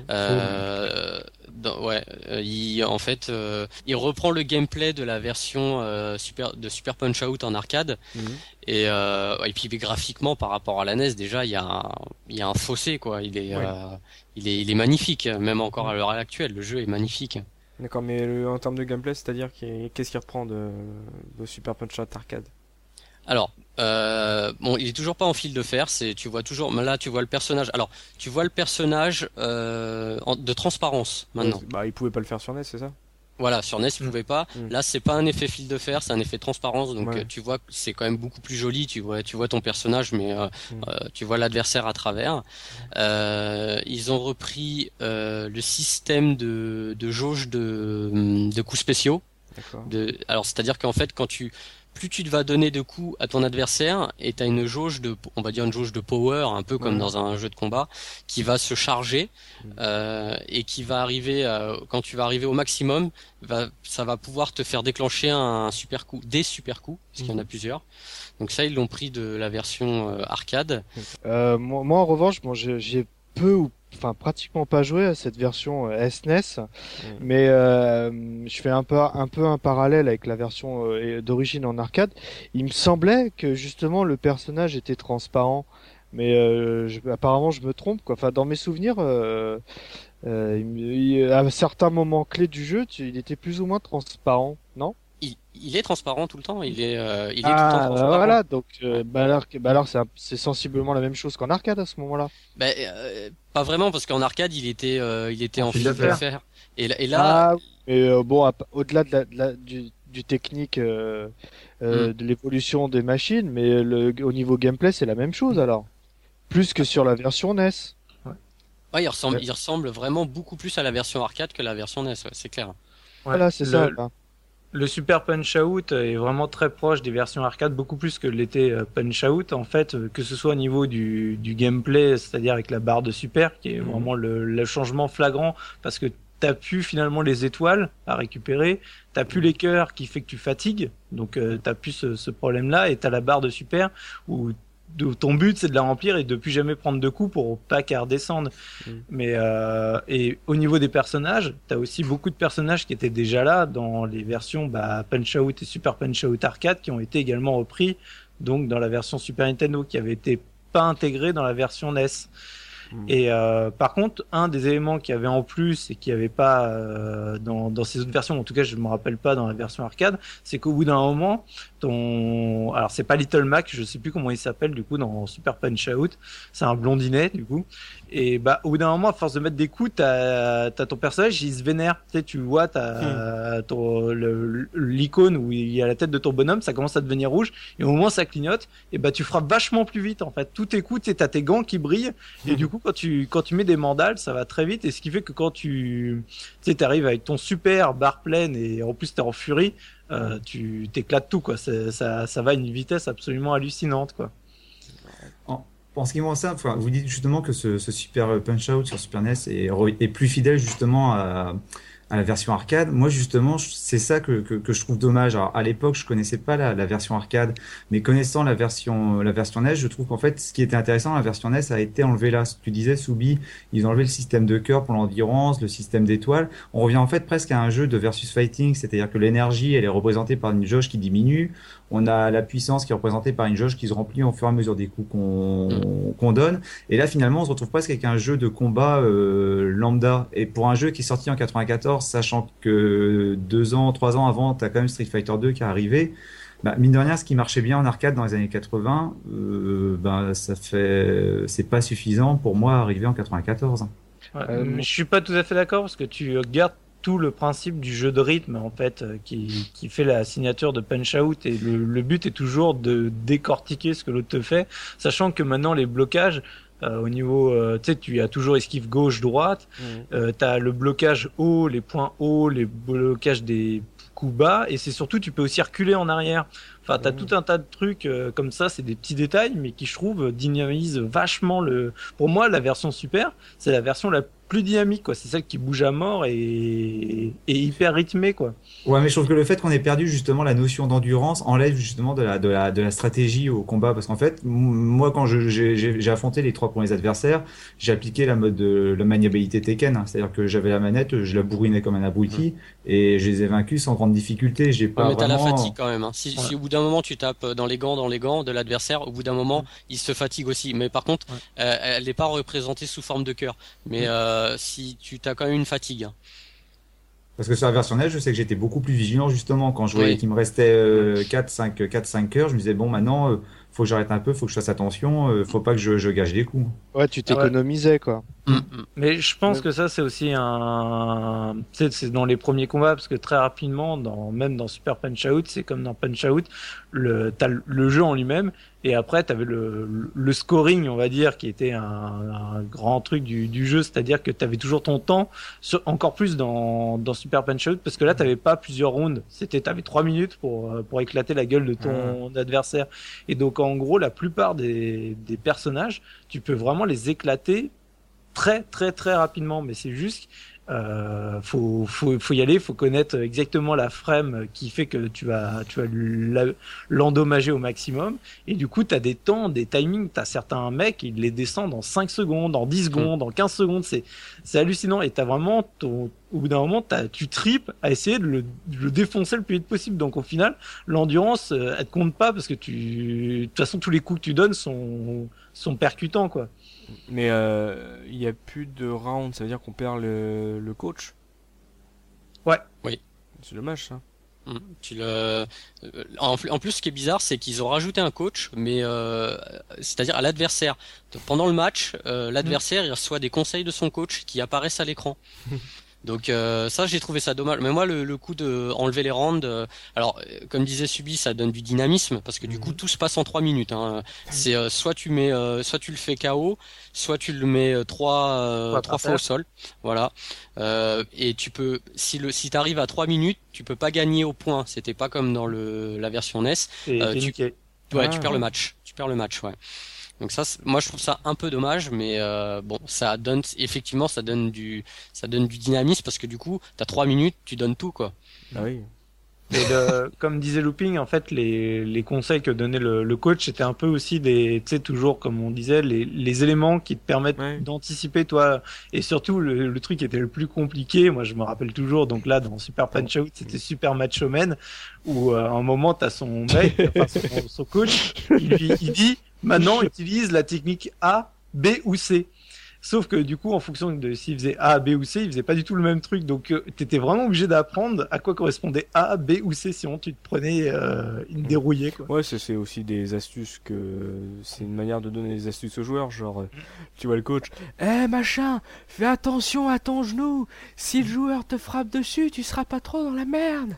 Speaker 3: Il reprend le gameplay de la version Super Punch-Out en arcade. Et puis graphiquement, par rapport à la NES, déjà, il y a un fossé, quoi. Il est magnifique, même encore à l'heure actuelle. Le jeu est magnifique.
Speaker 1: D'accord, mais en termes de gameplay, c'est-à-dire qu'est-ce qu'il reprend de Super Punch-Out arcade?
Speaker 3: Alors, il est toujours pas en fil de fer. Tu vois le personnage. Alors, tu vois le personnage de transparence maintenant.
Speaker 1: Il pouvait pas le faire sur NES, c'est ça?
Speaker 3: Voilà, sur NES, il pouvait pas. Là, c'est pas un effet fil de fer, c'est un effet transparence. Donc, tu vois, c'est quand même beaucoup plus joli. Tu vois ton personnage, mais tu vois l'adversaire à travers. Ils ont repris le système de jauge de coups spéciaux.
Speaker 1: D'accord.
Speaker 3: Alors, c'est-à-dire qu'en fait, plus tu vas donner de coups à ton adversaire, et t'as une jauge on va dire une jauge de power, un peu comme dans un jeu de combat, qui va se charger, et qui va arriver, quand tu vas arriver au maximum, ça va pouvoir te faire déclencher des super coups, parce qu'il y en a plusieurs. Donc ça, ils l'ont pris de la version arcade.
Speaker 2: Moi, en revanche, j'ai pratiquement pas joué à cette version SNES, mais je fais un peu un parallèle avec la version d'origine en arcade. Il me semblait que justement le personnage était transparent, mais apparemment je me trompe, quoi. Enfin, dans mes souvenirs, à certains moments clés du jeu, il était plus ou moins transparent, non?
Speaker 3: Il est transparent tout le temps. Il est tout le temps transparent.
Speaker 2: Voilà, donc alors c'est sensiblement la même chose qu'en arcade à ce moment-là.
Speaker 3: Pas vraiment, parce qu'en arcade il était en fil de fer. Et là,
Speaker 2: au-delà du technique de l'évolution des machines, mais au niveau gameplay c'est la même chose alors, plus que sur la version NES.
Speaker 3: Ouais, il ressemble vraiment beaucoup plus à la version arcade que la version NES, c'est clair.
Speaker 2: Voilà, c'est ça.
Speaker 5: Le Super Punch-Out est vraiment très proche des versions arcade, beaucoup plus que l'était Punch-Out, en fait, que ce soit au niveau du gameplay, c'est-à-dire avec la barre de super, qui est vraiment le changement flagrant, parce que t'as plus finalement les étoiles à récupérer, t'as plus les cœurs qui fait que tu fatigues, donc t'as plus ce problème-là, et t'as la barre de super où ton but c'est de la remplir et de plus jamais prendre de coups pour pas qu'elle redescende. Mais et au niveau des personnages, t'as aussi beaucoup de personnages qui étaient déjà là dans les versions Punch-Out et Super Punch-Out arcade, qui ont été également repris donc dans la version Super Nintendo, qui avait été pas intégré dans la version NES. Et par contre, un des éléments qu'il y avait en plus et qu'il n'y avait pas dans ces autres versions, en tout cas je me rappelle pas dans la version arcade, c'est qu'au bout d'un moment, alors c'est pas Little Mac, je sais plus comment il s'appelle du coup dans Super Punch-Out, c'est un blondinet du coup, et au bout d'un moment, à force de mettre des coups, t'as ton personnage, il se vénère, tu vois, t'as l'icône où il y a la tête de ton bonhomme, ça commence à devenir rouge, et au moment où ça clignote, et tu frappes vachement plus vite en fait, tous tes coups, t'as tes gants qui brillent, et du coup quand tu mets des mandales, ça va très vite, et ce qui fait que quand tu t'arrives avec ton super barre pleine, et en plus t'es en furie, tu t'éclates tout, quoi. Ça va à une vitesse absolument hallucinante, quoi.
Speaker 4: En ce qui me concerne, vous dites justement que ce Super Punch-Out sur Super NES est plus fidèle justement à la version arcade. Moi justement, c'est ça que je trouve dommage. Alors à l'époque, je connaissais pas la version arcade, mais connaissant la version NES, je trouve qu'en fait, ce qui était intéressant, la version NES a été enlevé là. Tu disais, Soubi, ils ont enlevé le système de cœur pour l'endurance, le système d'étoiles. On revient en fait presque à un jeu de versus fighting, c'est-à-dire que l'énergie, elle est représentée par une jauge qui diminue. On a la puissance qui est représentée par une jauge qui se remplit au fur et à mesure des coups qu'on donne. Et là, finalement, on se retrouve presque avec un jeu de combat lambda. Et pour un jeu qui est sorti en 94, sachant que 3 ans avant, t'as quand même Street Fighter 2 qui est arrivé. Mine de rien, ce qui marchait bien en arcade dans les années 80, c'est pas suffisant pour moi arrivé en 94.
Speaker 5: Je suis pas tout à fait d'accord, parce que tu gardes tout le principe du jeu de rythme en fait qui fait la signature de Punch-Out, et le but est toujours de décortiquer ce que l'autre te fait, sachant que maintenant les blocages Au niveau, tu sais, tu as toujours esquive gauche-droite. T'as le blocage haut, les points hauts, les blocages des coups bas, et c'est surtout, tu peux aussi reculer en arrière. Enfin, t'as tout un tas de trucs comme ça, c'est des petits détails, mais qui, je trouve, dynamisent vachement le... Pour moi, la version Super, c'est la version la plus dynamique, quoi. C'est celle qui bouge à mort et hyper rythmée, quoi.
Speaker 4: Ouais, mais je trouve que le fait qu'on ait perdu justement la notion d'endurance enlève justement de la stratégie au combat. Parce qu'en fait, moi, quand j'ai affronté les 3 premiers adversaires, j'ai appliqué la mode de la maniabilité Tekken. C'est-à-dire que j'avais la manette, je la bourrinais comme un abruti et je les ai vaincus sans grande difficulté. J'ai pas
Speaker 3: mais t'as la
Speaker 4: vraiment...
Speaker 3: fatigue quand même. Hein. Si au bout d'un moment tu tapes dans les gants de l'adversaire, au bout d'un moment il se fatigue aussi. Mais par contre, elle n'est pas représentée sous forme de cœur. Mais si tu t'as quand même une fatigue. Hein.
Speaker 4: Parce que sur la version NES, je sais que j'étais beaucoup plus vigilant justement quand je voyais qu'il me restait 4-5 heures. Je me disais bon, maintenant faut que j'arrête un peu, faut que je fasse attention, faut pas que je gâche des coups.
Speaker 2: Ouais, tu t'économisais, quoi.
Speaker 5: Mais je pense que ça, c'est aussi un... Tu sais, c'est dans les premiers combats, parce que très rapidement, même dans Super Punch-Out, c'est comme dans Punch-Out, t'as le jeu en lui-même, et après, t'avais le scoring, on va dire, qui était un grand truc du jeu, c'est-à-dire que t'avais toujours ton temps, encore plus dans Super Punch-Out, parce que là, t'avais pas plusieurs rounds, t'avais 3 minutes pour éclater la gueule de ton adversaire. Et donc, en gros, la plupart des personnages, tu peux vraiment les éclater très très très rapidement, mais c'est juste faut y aller, faut connaître exactement la frame qui fait que tu vas l'endommager au maximum, et du coup t'as des temps, des timings, t'as certains mecs, ils les descendent en 5 secondes, en 10 secondes, en 15 secondes, c'est hallucinant, et t'as vraiment au bout d'un moment tu tripes à essayer de le défoncer le plus vite possible, donc au final l'endurance elle te compte pas, parce que de toute façon tous les coups que tu donnes sont percutants, quoi.
Speaker 1: Mais il n'y a plus de round, ça veut dire qu'on perd le coach.
Speaker 5: Ouais.
Speaker 3: Oui.
Speaker 1: C'est dommage, ça.
Speaker 3: En plus, ce qui est bizarre, c'est qu'ils ont rajouté un coach, mais c'est-à-dire à l'adversaire. Pendant le match, l'adversaire il reçoit des conseils de son coach qui apparaissent à l'écran. Donc ça, j'ai trouvé ça dommage. Mais moi, le coup de enlever les rounds, alors comme disait Subi, ça donne du dynamisme, parce que du coup tout se passe en 3 minutes. Hein. C'est soit tu le fais KO, soit tu le mets trois fois au sol. Voilà. Et tu peux, si t'arrives à 3 minutes, tu peux pas gagner au point. C'était pas comme dans la version NES. Tu perds le match. Tu perds le match, ouais. Donc ça, moi je trouve ça un peu dommage, mais bon, ça donne du dynamisme, parce que du coup, t'as 3 minutes, tu donnes tout, quoi.
Speaker 1: Ah oui.
Speaker 5: Et comme disait Looping, en fait, les conseils que donnait le coach, c'était un peu aussi tu sais, toujours comme on disait, les éléments qui te permettent d'anticiper, toi. Et surtout, le truc qui était le plus compliqué, moi je me rappelle toujours, donc là dans Super Punch-Out, c'était Super Macho Man, où à un moment t'as son mec, son coach, il dit maintenant utilise la technique A, B ou C. Sauf que du coup, en fonction de s'il faisait A, B ou C, il faisait pas du tout le même truc. Donc, t'étais vraiment obligé d'apprendre à quoi correspondait A, B ou C, sinon tu te prenais une dérouillée, quoi.
Speaker 1: Ouais, c'est aussi des astuces c'est une manière de donner des astuces aux joueurs. Genre, tu vois le coach, machin, fais attention à ton genou. Si le joueur te frappe dessus, tu seras pas trop dans la merde.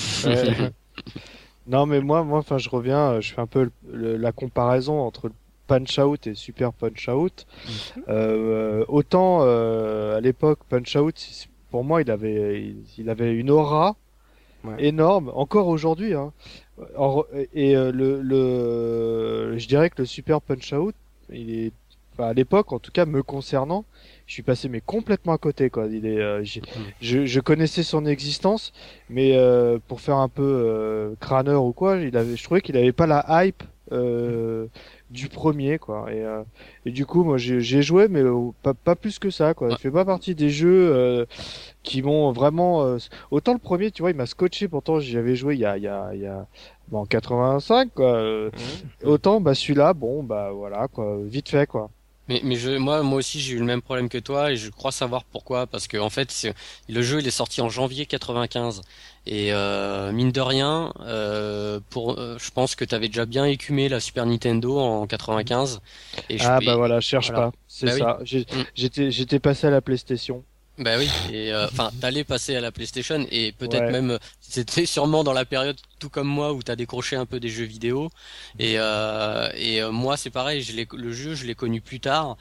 Speaker 2: Non, mais moi, enfin, je reviens, je fais un peu la comparaison entre Punch-Out et Super Punch-Out. Autant à l'époque, Punch-Out, pour moi, il avait une aura énorme, encore aujourd'hui. Hein. Et je dirais que le Super Punch-Out, à l'époque, en tout cas, me concernant, je suis passé complètement à côté, quoi. Je connaissais son existence, mais pour faire un peu crâneur ou quoi, je trouvais qu'il avait pas la hype du premier, quoi. Et du coup, moi, j'ai joué, mais pas plus que ça, quoi. Il fait pas partie des jeux qui m'ont vraiment. Autant le premier, tu vois, il m'a scotché. Pourtant, j'y avais joué il y a en 85, quoi. Autant, celui-là, bon, voilà, quoi, vite fait, quoi.
Speaker 3: Mais moi aussi j'ai eu le même problème que toi, et je crois savoir pourquoi, parce que en fait le jeu il est sorti en janvier 95, et mine de rien je pense que t'avais déjà bien écumé la Super Nintendo en 95, et
Speaker 2: voilà, cherche pas, c'est ça.
Speaker 3: Oui.
Speaker 2: J'étais passé à la PlayStation.
Speaker 3: Bah oui, et t'allais passer à la PlayStation et peut-être
Speaker 2: Ouais.
Speaker 3: même c'était sûrement dans la période tout comme moi où t'as décroché un peu des jeux vidéo et moi c'est pareil, le jeu je l'ai connu plus tard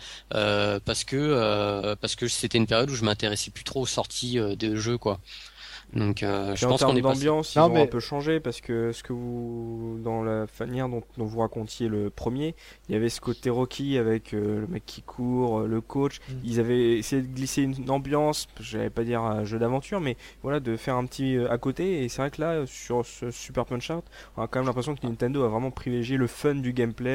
Speaker 3: parce que c'était une période où je m'intéressais plus trop aux sorties de jeux quoi. Donc
Speaker 1: Puis
Speaker 3: je
Speaker 1: en
Speaker 3: pense qu'on
Speaker 1: termes
Speaker 3: est passé.
Speaker 1: d'ambiance, ils
Speaker 2: Non,
Speaker 1: ont
Speaker 2: mais-
Speaker 1: un peu changé parce que ce que vous, dans la manière dont vous racontiez le premier, il y avait ce côté Rocky avec le mec qui court, le coach. Ils avaient essayé de glisser une ambiance, j'allais pas dire un jeu d'aventure, mais voilà, de faire un petit à côté. Et c'est vrai que là, sur ce Super Punch-Out, on a quand même l'impression que Nintendo a vraiment privilégié le fun du gameplay,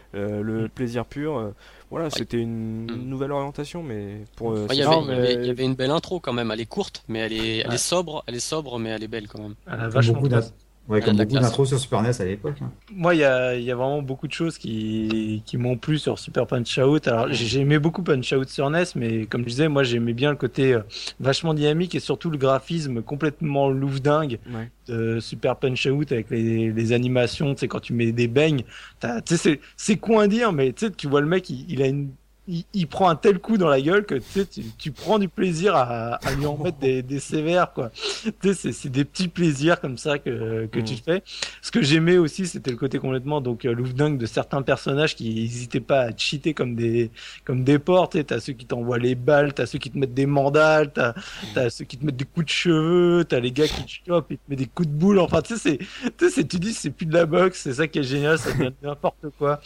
Speaker 1: le plaisir pur. Voilà, c'était une nouvelle orientation, mais pour.
Speaker 3: Ouais, il y avait une belle intro quand même. Elle est courte, mais elle est sobre, mais elle est belle quand même.
Speaker 5: Elle a
Speaker 4: Comme
Speaker 5: vachement
Speaker 4: beaucoup
Speaker 5: classe.
Speaker 4: comme
Speaker 3: la
Speaker 4: beaucoup
Speaker 3: classe.
Speaker 4: d'intros sur Super NES à l'époque. Hein.
Speaker 5: Moi, il y a vraiment beaucoup de choses qui m'ont plu sur Super Punch-Out. Alors, j'ai aimé beaucoup Punch-Out sur NES, mais comme je disais, moi, j'aimais bien le côté vachement dynamique et surtout le graphisme complètement louvdingue
Speaker 1: Ouais.
Speaker 5: de Super Punch-Out avec les animations. Tu sais, quand tu mets des beignes, tu sais, c'est con à dire, mais tu sais, tu vois le mec, il a il prend un tel coup dans la gueule que tu sais, tu prends du plaisir à lui en mettre des sévères, quoi. Tu sais, c'est des petits plaisirs comme ça que tu fais. Ce que j'aimais aussi, c'était le côté complètement donc louvdingue de certains personnages qui n'hésitaient pas à cheater comme des porcs. Tu sais, t'as ceux qui t'envoient les balles, t'as ceux qui te mettent des mandales, t'as ceux qui te mettent des coups de cheveux, t'as les gars qui te chopent et te mettent des coups de boule. Enfin, tu sais, tu dis c'est plus de la boxe, c'est ça qui est génial, ça devient n'importe quoi.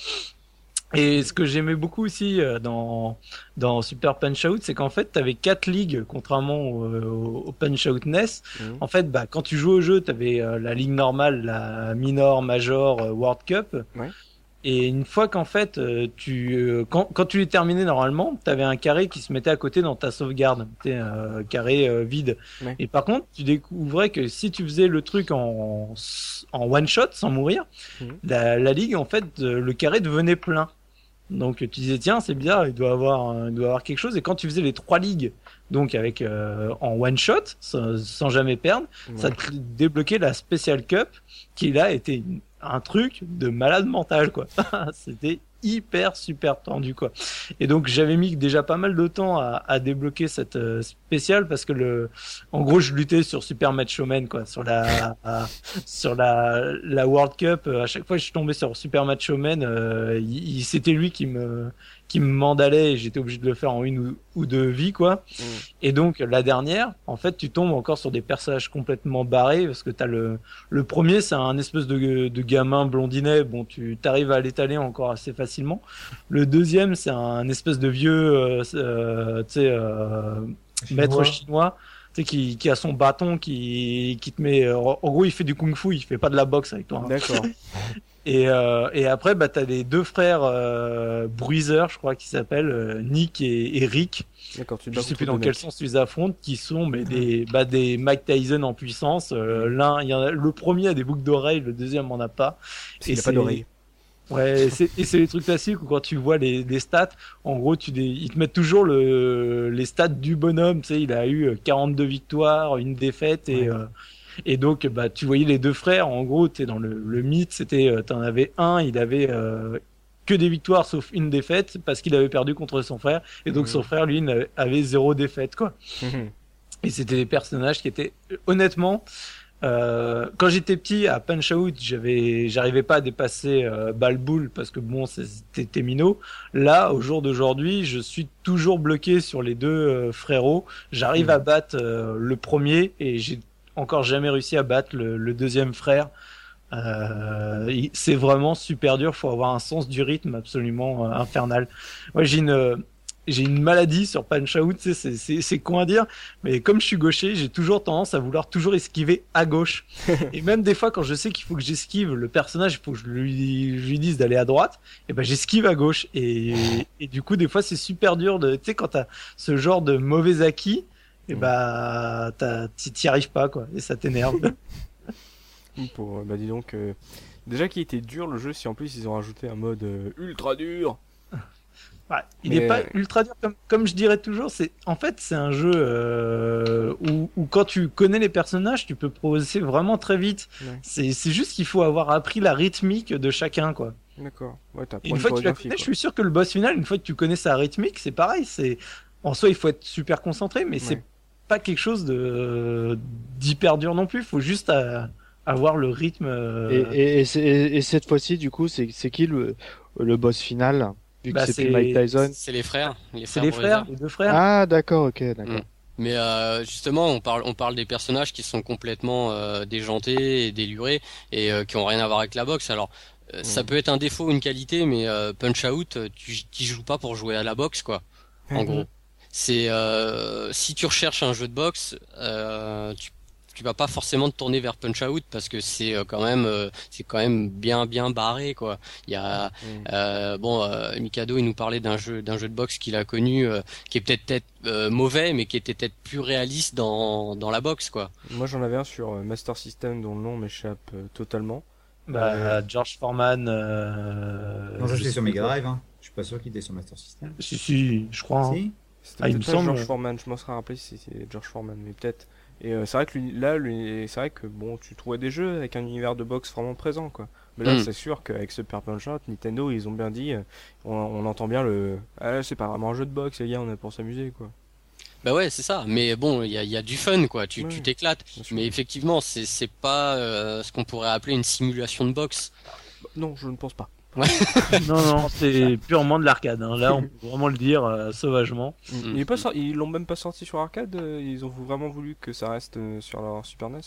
Speaker 5: Et ce que j'aimais beaucoup aussi dans Super Punch-Out, c'est qu'en fait, t'avais 4 ligues, contrairement au Punch-Out NES. En fait, bah, quand tu jouais au jeu, t'avais la ligue normale, la minor, major, World Cup.
Speaker 1: Ouais.
Speaker 5: Et une fois qu'en fait, quand tu les terminais normalement, t'avais un carré qui se mettait à côté dans ta sauvegarde, carré vide.
Speaker 1: Ouais.
Speaker 5: Et par contre, tu découvrais que si tu faisais le truc en one shot, sans mourir, la ligue, en fait, le carré devenait plein. Donc tu disais tiens c'est bizarre, il doit avoir quelque chose, et quand tu faisais les 3 ligues donc avec en one shot sans jamais perdre, ça te débloquait la Special Cup qui là était un truc de malade mental quoi. C'était hyper super tendu quoi. Et donc j'avais mis déjà pas mal de temps à débloquer cette spéciale parce que en gros je luttais sur Super Macho Man quoi, sur la World Cup. À chaque fois que je tombais sur Super Macho Man, c'était lui qui me mandalait et j'étais obligé de le faire en une ou deux vies quoi. Et donc la dernière, en fait, tu tombes encore sur des personnages complètement barrés parce que t'as le premier, c'est un espèce de gamin blondinet. Bon, tu t'arrives à l'étaler encore assez facilement. Le deuxième, c'est un espèce de vieux, maître chinois. Tu sais, qui a son bâton, qui te met, en gros, il fait du kung-fu, il fait pas de la boxe avec toi. Hein.
Speaker 1: D'accord.
Speaker 5: Et après, bah, t'as les deux frères Bruiser, je crois qu'ils s'appellent Nick et Rick.
Speaker 1: D'accord, tu
Speaker 5: Je sais plus dans quel sens tu les affrontes, qui sont des Mike Tyson en puissance. Le premier a des boucles d'oreilles, le deuxième en a pas.
Speaker 1: Il n'a pas d'oreilles.
Speaker 5: Ouais, et c'est les trucs classiques où quand tu vois les stats, en gros, ils te mettent toujours les stats du bonhomme. Tu sais, il a eu 42 victoires, une défaite et donc, bah, tu voyais les deux frères. En gros, t'es dans le mythe, c'était, t'en avais un, il avait que des victoires sauf une défaite parce qu'il avait perdu contre son frère. Et donc, son frère, lui, avait 0 défaite, quoi. Et c'était des personnages qui étaient, honnêtement, quand j'étais petit à Punch-Out, j'arrivais pas à dépasser Balboul parce que bon, c'était minot. Là, au jour d'aujourd'hui, je suis toujours bloqué sur les deux frérots. J'arrive à battre le premier et j'ai encore jamais réussi à battre le deuxième frère. C'est vraiment super dur. Faut avoir un sens du rythme absolument infernal. Moi, j'ai une maladie sur Punch-Out, tu sais, c'est con à dire, mais comme je suis gaucher, j'ai toujours tendance à vouloir toujours esquiver à gauche. Et même des fois, quand je sais qu'il faut que j'esquive le personnage, il faut que je lui dise d'aller à droite, et ben j'esquive à gauche. Et du coup, des fois, c'est super dur tu sais, quand t'as ce genre de mauvais acquis, et bah, t'y arrives pas, quoi, et ça t'énerve.
Speaker 1: Bah dis donc, déjà qu'il était dur le jeu, si en plus ils ont rajouté un mode ultra dur.
Speaker 5: Ouais, il n'est pas ultra dur comme je dirais toujours. C'est un jeu où quand tu connais les personnages, tu peux progresser vraiment très vite. Ouais. C'est juste qu'il faut avoir appris la rythmique de chacun, quoi.
Speaker 1: D'accord. Ouais,
Speaker 5: une fois que tu la connais, je suis sûr que le boss final, une fois que tu connais sa rythmique, c'est pareil. en soi, il faut être super concentré, mais c'est pas quelque chose d'hyper dur non plus. Il faut juste avoir le rythme.
Speaker 2: Et cette fois-ci, du coup, c'est qui le boss final? Vu que c'est plus Mike Tyson.
Speaker 3: C'est les frères.
Speaker 5: C'est les deux frères.
Speaker 2: Ah, d'accord, ok, d'accord.
Speaker 3: Mais justement, on parle des personnages qui sont complètement déjantés et délurés et qui ont rien à voir avec la boxe. Alors, ça peut être un défaut ou une qualité, mais Punch-Out, tu joues pas pour jouer à la boxe, quoi. En gros, c'est si tu recherches un jeu de boxe, tu vas pas forcément te tourner vers Punch-Out parce que c'est quand même bien barré, quoi. Il y a Mikado, il nous parlait d'un jeu de boxe qu'il a connu qui est peut-être mauvais, mais qui était peut-être plus réaliste dans la boxe, quoi.
Speaker 1: Moi j'en avais un sur Master System dont le nom m'échappe totalement.
Speaker 5: George Foreman.
Speaker 4: Non, ça c'était sur Mega Drive. Hein. Je suis pas sûr qu'il était sur Master System.
Speaker 5: Si, je crois. Hein.
Speaker 4: Si.
Speaker 1: C'était
Speaker 5: il me
Speaker 1: pas
Speaker 5: semble.
Speaker 1: George Foreman. Je m'en serais rappelé si c'était George Foreman, mais peut-être. Et c'est vrai que c'est vrai que bon, tu trouvais des jeux avec un univers de boxe vraiment présent, quoi. Mais là, c'est sûr qu'avec Super Punch-Out, Nintendo, ils ont bien dit, on entend bien c'est pas vraiment un jeu de boxe, les gars, on est pour s'amuser, quoi.
Speaker 3: Bah ouais, c'est ça. Mais bon, il y a du fun, quoi. Tu t'éclates. Mais effectivement, c'est pas ce qu'on pourrait appeler une simulation de boxe.
Speaker 1: Non, je ne pense pas.
Speaker 3: Ouais.
Speaker 5: non, c'est purement de l'arcade. Hein. Là, on peut vraiment le dire sauvagement.
Speaker 1: Ils l'ont même pas sorti sur arcade. Ils ont vraiment voulu que ça reste sur leur Super NES.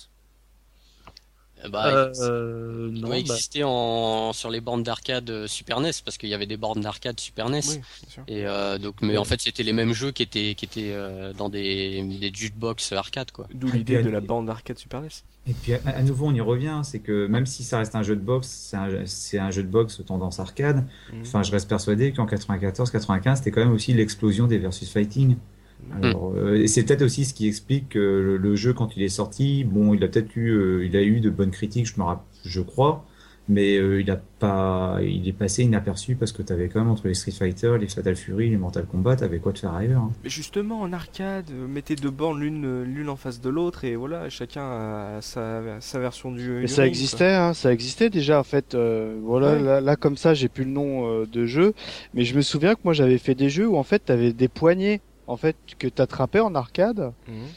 Speaker 3: Il doit exister sur les bornes d'arcade Super NES parce qu'il y avait des bornes d'arcade Super NES.
Speaker 1: Oui, bien sûr.
Speaker 3: Et mais en fait c'était les mêmes jeux qui étaient dans des jukebox arcade, quoi.
Speaker 1: D'où l'idée de la bande d'arcade Super NES.
Speaker 4: Et puis à nouveau on y revient, c'est que même si ça reste un jeu de boxe, c'est un jeu de boxe tendance arcade. Enfin, je reste persuadé qu'en 94-95 c'était quand même aussi l'explosion des versus fighting. Alors, et c'est peut-être aussi ce qui explique que le jeu, quand il est sorti, bon, il a eu de bonnes critiques, je crois, mais il est passé inaperçu parce que t'avais quand même entre les Street Fighter, les Fatal Fury, les Mortal Kombat, t'avais quoi de faire ailleurs. Hein.
Speaker 1: Mais justement, en arcade, mettez deux bornes l'une en face de l'autre et voilà, chacun a sa version du.
Speaker 2: Mais ça existait, hein, ça existait déjà en fait. Voilà, ouais. Là comme ça, j'ai plus le nom de jeu, mais je me souviens que moi j'avais fait des jeux où en fait t'avais des poignées. En fait, que t'attrapais en arcade,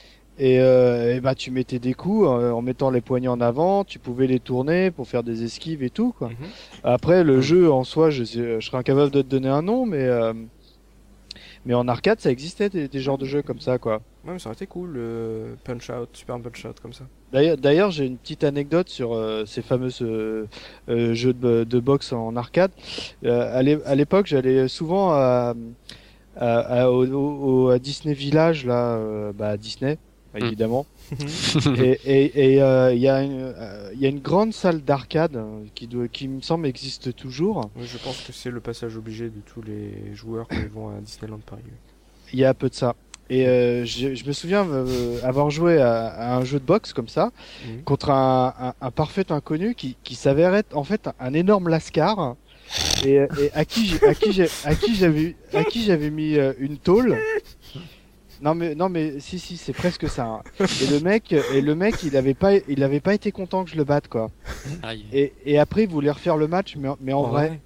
Speaker 2: et bah tu mettais des coups en mettant les poignets en avant, tu pouvais les tourner pour faire des esquives et tout, quoi. Après, le jeu en soi, je serais incapable de te donner un nom, mais en arcade, ça existait des genres de jeux comme ça, quoi.
Speaker 1: Ouais, mais ça aurait été cool, Punch-Out, Super Punch-Out comme ça.
Speaker 2: D'ailleurs, j'ai une petite anecdote sur ces fameux jeux de boxe en arcade. À l'époque, j'allais souvent à Disney Village, là, Disney, évidemment. et il y a une grande salle d'arcade qui me semble existe toujours.
Speaker 1: Oui, je pense que c'est le passage obligé de tous les joueurs qui vont à Disneyland Paris.
Speaker 2: Il y a un peu de ça. Et je me souviens avoir joué à un jeu de boxe comme ça contre un parfait inconnu qui s'avère être en fait un énorme lascar. Et à qui j'avais mis une tôle. Non mais si c'est presque ça. Hein. Et le mec il avait pas été content que je le batte, quoi. Et après il voulait refaire le match mais en vrai.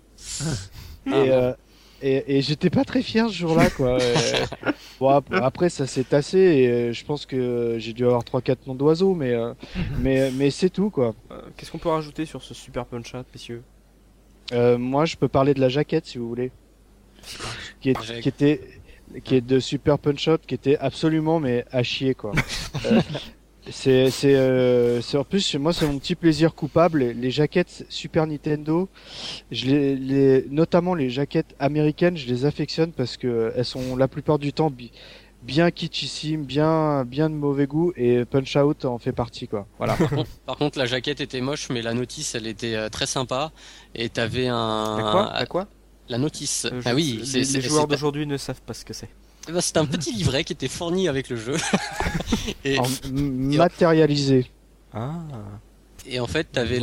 Speaker 2: Et j'étais pas très fier ce jour-là, quoi. Bon, après ça s'est tassé et je pense que j'ai dû avoir 3-4 noms d'oiseaux, mais c'est tout, quoi.
Speaker 1: Qu'est-ce qu'on peut rajouter sur ce Super Punch-Out, messieurs?
Speaker 2: Moi, je peux parler de la jaquette, si vous voulez, qui est de Super Punch-Out, qui était absolument mais à chier, quoi. C'est en plus moi c'est mon petit plaisir coupable. Les jaquettes Super Nintendo, notamment les jaquettes américaines, je les affectionne parce que elles sont la plupart du temps bien kitschissimes, bien de mauvais goût, et Punch-Out en fait partie, quoi. Voilà.
Speaker 3: Par contre, la jaquette était moche, mais la notice, elle était très sympa. Et t'avais un.
Speaker 1: La quoi?
Speaker 3: La notice.
Speaker 1: Oui. Les joueurs d'aujourd'hui ne savent pas ce que c'est.
Speaker 3: C'était un petit livret qui était fourni avec le jeu.
Speaker 2: Matérialisé.
Speaker 1: Ah.
Speaker 3: Et en fait, t'avais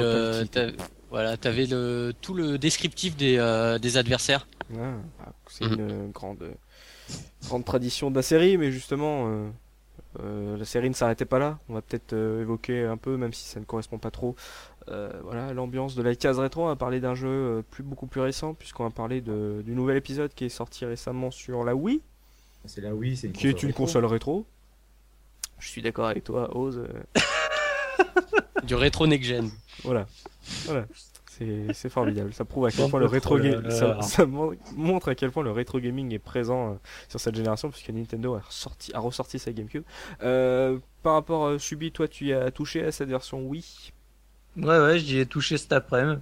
Speaker 3: tout le descriptif des adversaires.
Speaker 1: C'est une grande tradition de la série, mais justement, la série ne s'arrêtait pas là. On va peut-être évoquer un peu, même si ça ne correspond pas trop, l'ambiance de la case rétro. On va parler d'un jeu beaucoup plus récent, puisqu'on va parler du nouvel épisode qui est sorti récemment sur la Wii.
Speaker 4: C'est la Wii, c'est
Speaker 1: qui est une console rétro. Je suis d'accord avec toi, Oz.
Speaker 3: Du rétro next-gen.
Speaker 1: Voilà. C'est formidable. Ça prouve à quel point le rétro ça montre à quel point le rétro gaming est présent sur cette génération, puisque Nintendo a ressorti sa GameCube. Par rapport Subi, toi tu as touché à cette version Wii?
Speaker 5: Ouais, j'y ai touché cet après-midi.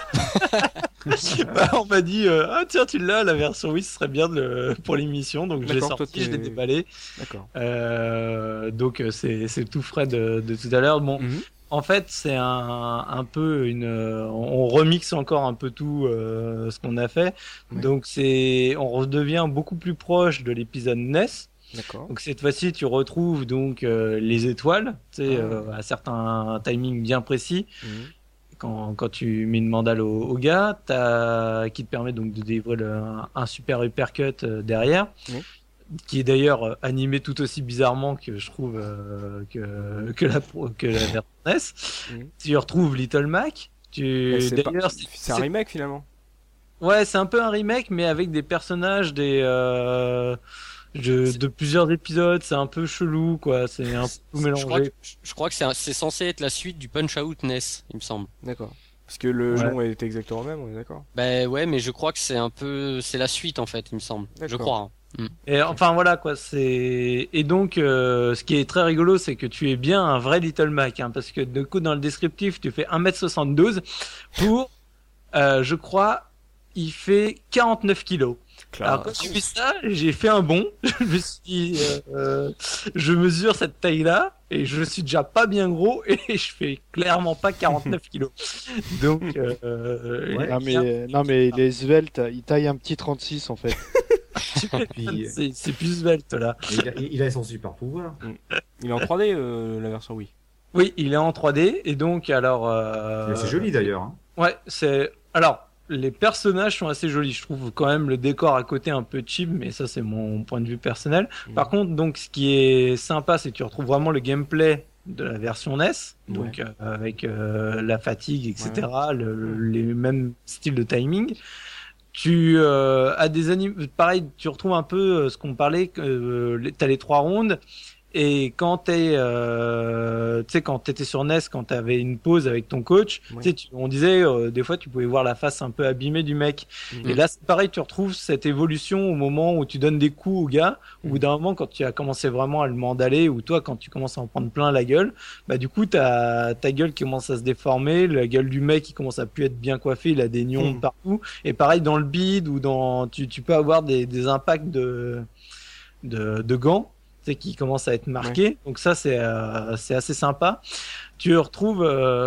Speaker 5: On m'a dit tiens, tu l'as, la version Wii, ce serait bien pour l'émission, donc je l'ai sorti, je l'ai déballé.
Speaker 1: D'accord.
Speaker 5: Donc c'est tout frais de tout à l'heure. Bon, en fait, c'est un peu on remixe encore un peu tout ce qu'on a fait. Ouais. Donc on redevient beaucoup plus proche de l'épisode NES.
Speaker 1: D'accord.
Speaker 5: Donc cette fois-ci, tu retrouves donc les étoiles, tu sais, à certains timings bien précis. Quand tu mets une mandale au gars, qui te permet donc de dévoiler un super uppercut derrière. Qui est d'ailleurs animé tout aussi bizarrement que je trouve que la version NES. Tu retrouves Little Mac.
Speaker 1: C'est un remake finalement.
Speaker 5: Ouais, c'est un peu un remake, mais avec des personnages de plusieurs épisodes. C'est un peu chelou, quoi. C'est un peu mélangé.
Speaker 3: Je crois que c'est censé être la suite du Punch-Out NES, il me semble.
Speaker 1: D'accord. Parce que le nom est exactement le même, on est d'accord.
Speaker 3: Ben ouais, mais je crois que c'est la suite en fait, il me semble. Je crois. Hein.
Speaker 5: Et enfin voilà quoi, et donc ce qui est très rigolo, c'est que tu es bien un vrai Little Mac, hein, parce que du coup dans le descriptif tu fais 1m72 pour je crois il fait 49 kilos. Classe. Alors quand j'ai vu ça, j'ai fait un bond. Je me suis dit, je mesure cette taille-là et je suis déjà pas bien gros et je fais clairement pas 49 kilos. Donc,
Speaker 2: non mais il est svelte, il taille un petit 36 en fait.
Speaker 5: C'est plus svelte là.
Speaker 4: Il a son super pouvoir.
Speaker 1: Il est en 3D la version Wii.
Speaker 5: Oui, il est en 3D et donc alors.
Speaker 4: C'est joli d'ailleurs. Hein.
Speaker 5: Ouais, les personnages sont assez jolis. Je trouve quand même le décor à côté un peu cheap, mais ça c'est mon point de vue personnel. Par contre, donc ce qui est sympa, c'est que tu retrouves vraiment le gameplay de la version NES, donc avec la fatigue, etc., les mêmes styles de timing. Tu as des pareil, tu retrouves un peu ce qu'on parlait. T'as les 3 rondes. Et quand tu sais, quand t'étais sur NES, quand t'avais une pause avec ton coach, on disait des fois tu pouvais voir la face un peu abîmée du mec. Et là c'est pareil, tu retrouves cette évolution au moment où tu donnes des coups au gars. Au bout d'un moment, quand tu as commencé vraiment à le mandaler, ou toi quand tu commences à en prendre plein la gueule, bah du coup ta gueule qui commence à se déformer, la gueule du mec qui commence à plus être bien coiffée, il a des nions partout. Et pareil dans le bide ou tu peux avoir des impacts de gants qui commence à être marqué, donc ça c'est assez sympa. Tu retrouves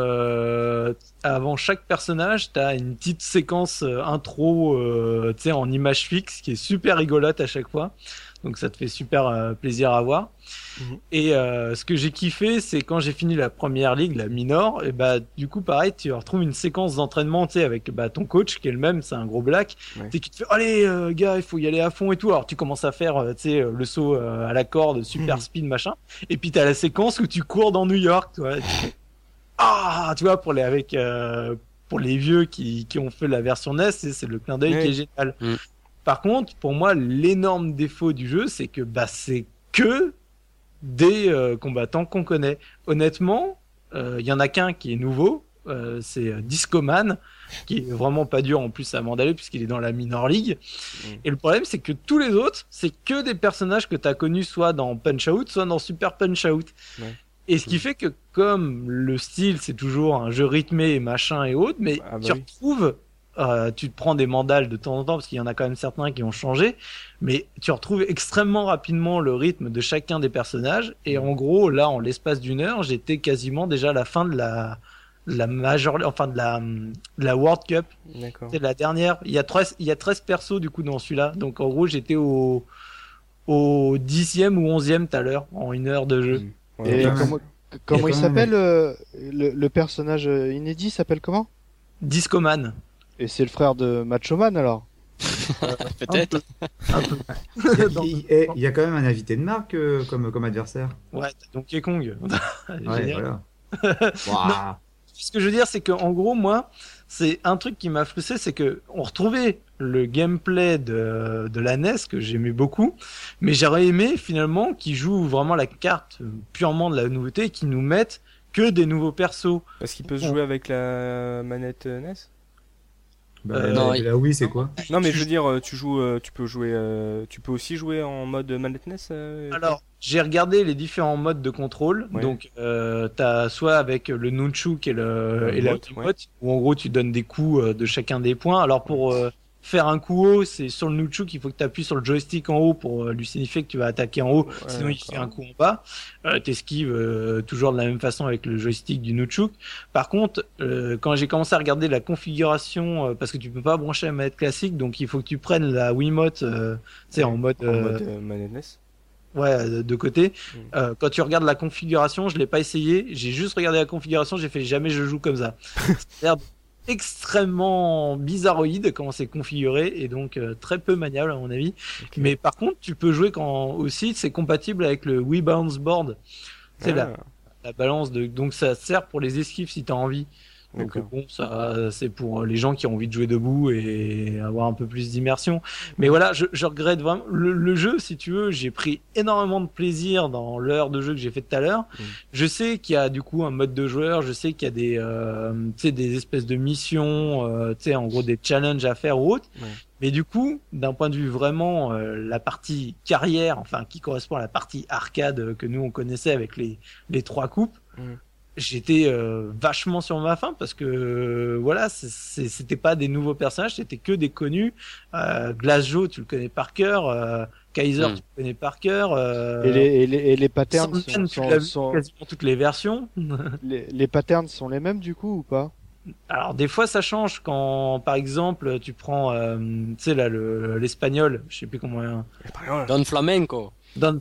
Speaker 5: avant chaque personnage, t'as une petite séquence intro, en image fixe qui est super rigolote à chaque fois. Donc ça te fait super plaisir à voir. Et ce que j'ai kiffé, c'est quand j'ai fini la première ligue, la minor, et bah du coup pareil, tu retrouves une séquence d'entraînement, avec ton coach qui est le même, c'est un gros black, qui te fait allez gars, il faut y aller à fond et tout. Alors tu commences à faire le saut à la corde, super speed machin, et puis t'as la séquence où tu cours dans New York, tu vois. Tu vois pour les vieux qui ont fait la version NES, c'est le clin d'œil qui est génial. Par contre, pour moi, l'énorme défaut du jeu, c'est que c'est que des combattants qu'on connaît. Honnêtement, il y en a qu'un qui est nouveau, c'est Discoman, qui est vraiment pas dur en plus à mandaler puisqu'il est dans la Minor League. Et le problème, c'est que tous les autres, c'est que des personnages que tu as connus soit dans Punch-Out, soit dans Super Punch-Out. Et ce qui fait que comme le style, c'est toujours un jeu rythmé et machin et autres, mais tu retrouves... tu te prends des mandales de temps en temps parce qu'il y en a quand même certains qui ont changé, mais tu retrouves extrêmement rapidement le rythme de chacun des personnages. Et en gros, là, en l'espace d'une heure, j'étais quasiment déjà à la fin de la major, enfin de la World Cup.
Speaker 1: D'accord.
Speaker 5: C'est la dernière. Il y a 13 persos du coup dans celui-là. Donc en gros, j'étais au 10e ou 11e tout à l'heure en une heure de jeu.
Speaker 2: Et comment il s'appelle le personnage inédit s'appelle comment?
Speaker 5: Discoman.
Speaker 2: Et c'est le frère de Macho Man alors?
Speaker 3: Peut-être.
Speaker 5: Un peu.
Speaker 4: Il y a quand même un invité de marque comme adversaire.
Speaker 5: Ouais, t'as Donkey Kong.
Speaker 4: Ouais, voilà.
Speaker 5: Non, ce que je veux dire, c'est qu'en gros, moi, c'est un truc qui m'a frustré, c'est que on retrouvait le gameplay de la NES que j'aimais beaucoup, mais j'aurais aimé finalement qu'ils jouent vraiment la carte purement de la nouveauté et qu'ils nous mettent que des nouveaux persos.
Speaker 1: Parce qu'il peut se jouer avec la manette NES?
Speaker 3: Non,
Speaker 4: là, oui, c'est quoi?
Speaker 1: Non, mais je veux dire, tu peux jouer, tu peux aussi jouer en mode manette NES.
Speaker 5: Alors, j'ai regardé les différents modes de contrôle.
Speaker 1: Ouais.
Speaker 5: Donc, t'as soit avec le nunchuk et la
Speaker 1: Wiimote,
Speaker 5: Wiimote, où en gros tu donnes des coups de chacun des points. Alors pour faire un coup haut, c'est sur le nunchuk, il faut que tu appuies sur le joystick en haut pour lui signifier que tu vas attaquer en haut. Sinon, il fait un coup en bas. T'esquives toujours de la même façon avec le joystick du nunchuk. Par contre, quand j'ai commencé à regarder la configuration, parce que tu peux pas brancher la manette classique, donc il faut que tu prennes la Wiimote, tu sais, en mode
Speaker 1: manette NES.
Speaker 5: Ouais, de côté. Quand tu regardes la configuration, je l'ai pas essayé. J'ai juste regardé la configuration. J'ai fait jamais je joue comme ça. C'est extrêmement bizarroïde comment c'est configuré et donc très peu maniable à mon avis. Okay. Mais par contre, tu peux jouer quand aussi c'est compatible avec le Wii Balance Board. C'est la balance de donc ça sert pour les esquives si tu as envie. Donc bon, ça c'est pour les gens qui ont envie de jouer debout et avoir un peu plus d'immersion. Mais voilà, je regrette vraiment le jeu, si tu veux, j'ai pris énormément de plaisir dans l'heure de jeu que j'ai fait tout à l'heure. Je sais qu'il y a du coup un mode de joueur, je sais qu'il y a des tu sais des espèces de missions, tu sais en gros des challenges à faire ou autre. Mais du coup, d'un point de vue vraiment la partie carrière, enfin qui correspond à la partie arcade que nous on connaissait avec les trois coupes. J'étais vachement sur ma faim parce que voilà, c'était pas des nouveaux personnages, c'était que des connus. Glass Joe, tu le connais par cœur. Kaiser, tu le connais par cœur.
Speaker 2: Et les patterns
Speaker 5: sont quasiment toutes les versions.
Speaker 2: les patterns sont les mêmes du coup ou pas?
Speaker 5: Alors des fois ça change quand par exemple tu prends tu sais là l'espagnol, je sais plus comment.
Speaker 3: Don Flamenco.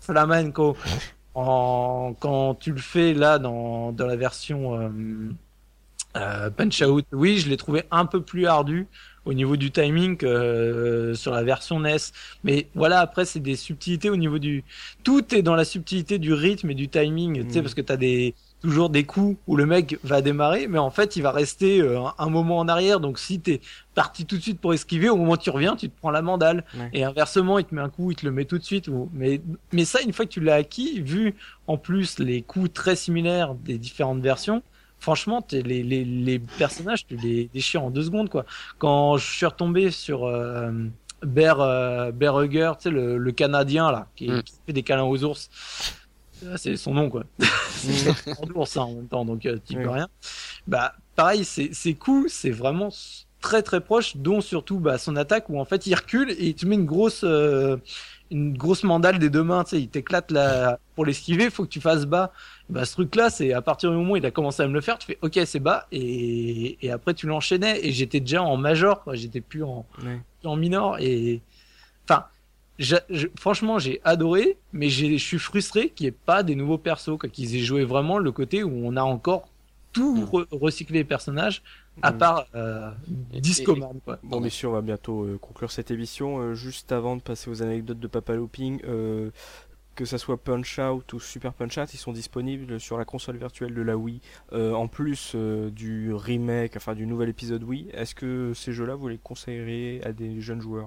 Speaker 5: Quand tu le fais là dans la version Punch Out, oui, je l'ai trouvé un peu plus ardu au niveau du timing que sur la version NES. Mais voilà, après c'est des subtilités au niveau tout est dans la subtilité du rythme et du timing, tu sais, parce que t'as toujours des coups où le mec va démarrer, mais en fait il va rester un moment en arrière. Donc si t'es parti tout de suite pour esquiver, au moment où tu reviens, tu te prends la mandale. Et inversement, il te met un coup, il te le met tout de suite. Mais ça, une fois que tu l'as acquis, vu en plus les coups très similaires des différentes versions, franchement, les personnages, tu les déchires en 2 secondes, quoi. Quand je suis retombé sur Bear Hugger, tu sais, le Canadien là, qui fait des câlins aux ours. C'est son nom, quoi. C'est un ours en même temps, donc tu peux rien. Bah pareil, c'est cool, c'est vraiment très très proche, dont surtout son attaque où en fait il recule et il te met une grosse mandale des 2 mains, tu sais, il t'éclate pour l'esquiver, faut que tu fasses bas. Bah ce truc là, c'est à partir du moment où il a commencé à me le faire, tu fais OK, c'est bas et après tu l'enchaînais et j'étais déjà en major, quoi, j'étais plus en minor et enfin franchement, j'ai adoré, mais je suis frustré qu'il n'y ait pas des nouveaux persos, quoi, qu'ils aient joué vraiment le côté où on a encore tout recyclé les personnages, à part Discoman, quoi.
Speaker 1: Bon, messieurs, on va bientôt conclure cette émission. Juste avant de passer aux anecdotes de Papa Looping, que ça soit Punch-Out ou Super Punch-Out, ils sont disponibles sur la console virtuelle de la Wii, en plus du remake, enfin du nouvel épisode Wii. Est-ce que ces jeux-là, vous les conseilleriez à des jeunes joueurs?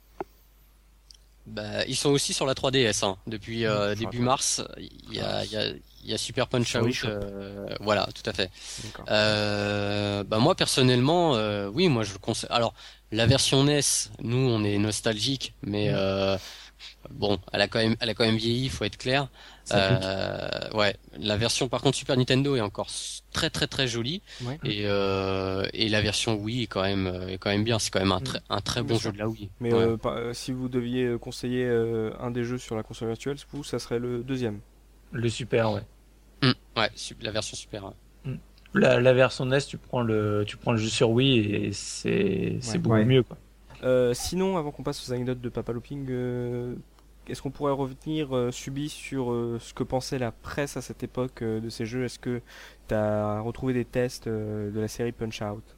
Speaker 3: Bah, ils sont aussi sur la 3DS hein. Depuis début mars. Il y a Super Punch Out. Voilà, tout à fait. Bah moi personnellement, oui, moi je le conseille. Alors la version NES, nous on est nostalgique, mais bon, elle a quand même vieilli, faut être clair. Ouais, la version par contre Super Nintendo est encore très très très jolie et la version Wii est quand même bien. C'est quand même un très bon jeu de la Wii.
Speaker 1: Mais si vous deviez conseiller un des jeux sur la console virtuelle, vous, ça serait le deuxième.
Speaker 5: Le Super, ouais.
Speaker 3: Ouais, la version Super. Ouais.
Speaker 5: La version NES, tu prends le jeu sur Wii et c'est beaucoup mieux, quoi.
Speaker 1: Sinon, avant qu'on passe aux anecdotes de Papa Looping, est-ce qu'on pourrait revenir Subi sur ce que pensait la presse à cette époque de ces jeux? Est-ce que tu as retrouvé des tests de la série Punch-Out?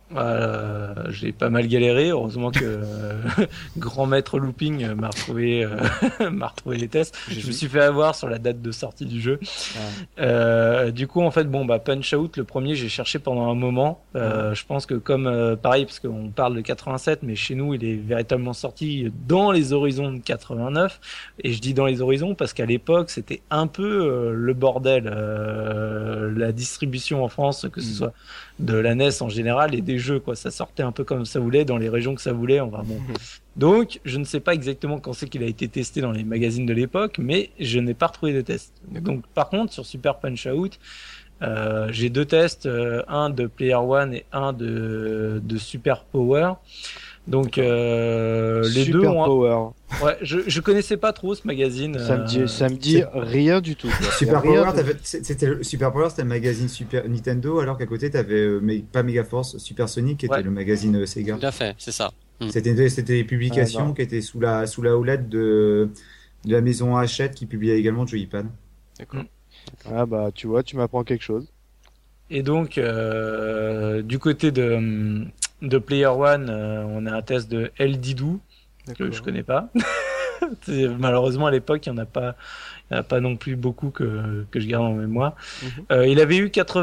Speaker 5: J'ai pas mal galéré. Heureusement que grand maître looping m'a retrouvé, m'a retrouvé les tests. Je me suis fait avoir sur la date de sortie du jeu. Du coup, en fait, Punch Out, le premier, j'ai cherché pendant un moment. Je pense que comme pareil, parce qu'on parle de 87, mais chez nous, il est véritablement sorti dans les horizons de 89. Et je dis dans les horizons parce qu'à l'époque, c'était un peu le bordel. La distribution en France, que ce soit de la NES en général et des jeux, quoi. Ça sortait un peu comme ça voulait, dans les régions que ça voulait. Enfin bon. Donc, je ne sais pas exactement quand c'est qu'il a été testé dans les magazines de l'époque, mais je n'ai pas retrouvé de tests. Donc, par contre, sur Super Punch Out, j'ai 2 tests, un de Player One et un de Super Power. Donc les
Speaker 2: Super
Speaker 5: deux ont
Speaker 2: Power.
Speaker 5: Ouais, je connaissais pas trop ce magazine.
Speaker 2: Ça me dit rien du tout.
Speaker 4: Super Power, c'était le magazine Super Nintendo, alors qu'à côté t'avais pas Megaforce, Super Sonic, qui était le magazine Sega.
Speaker 3: Tout à fait, c'est ça.
Speaker 4: C'était des publications qui étaient sous la houlette de la maison Hachette, qui publiait également Joypad.
Speaker 1: D'accord.
Speaker 2: Ah bah tu vois, tu m'apprends quelque chose.
Speaker 5: Et donc du côté de Player One, on a un test de El Didou que je connais pas. Malheureusement à l'époque il y en a pas non plus beaucoup que je garde en mémoire. Il avait eu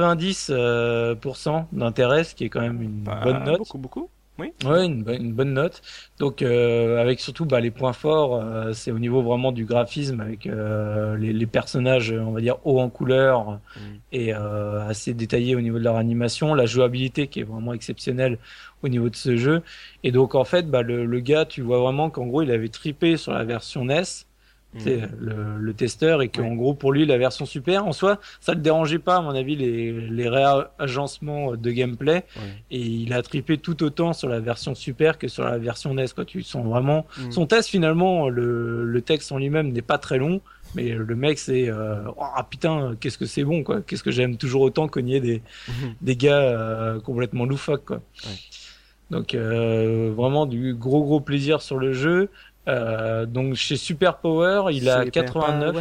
Speaker 5: 90% d'intérêt, ce qui est quand même une bonne note.
Speaker 1: Beaucoup. Oui.
Speaker 5: Ouais, une bonne note. Donc avec surtout les points forts, c'est au niveau vraiment du graphisme, avec les personnages, on va dire hauts en couleur et assez détaillés au niveau de leur animation, la jouabilité qui est vraiment exceptionnelle au niveau de ce jeu. Et donc en fait, le gars, tu vois vraiment qu'en gros il avait tripé sur la version NES. C'est le testeur, et qu'en gros pour lui la version Super en soi ça le dérangeait pas à mon avis, les réagencements de gameplay, et il a trippé tout autant sur la version Super que sur la version NES, quoi. Tu sens vraiment son test, finalement le texte en lui-même n'est pas très long, mais le mec c'est putain qu'est-ce que c'est bon, quoi. Qu'est-ce que j'aime toujours autant cogner des gars complètement loufoques, quoi. Donc vraiment du gros plaisir sur le jeu. Donc chez Super Power, il a 89.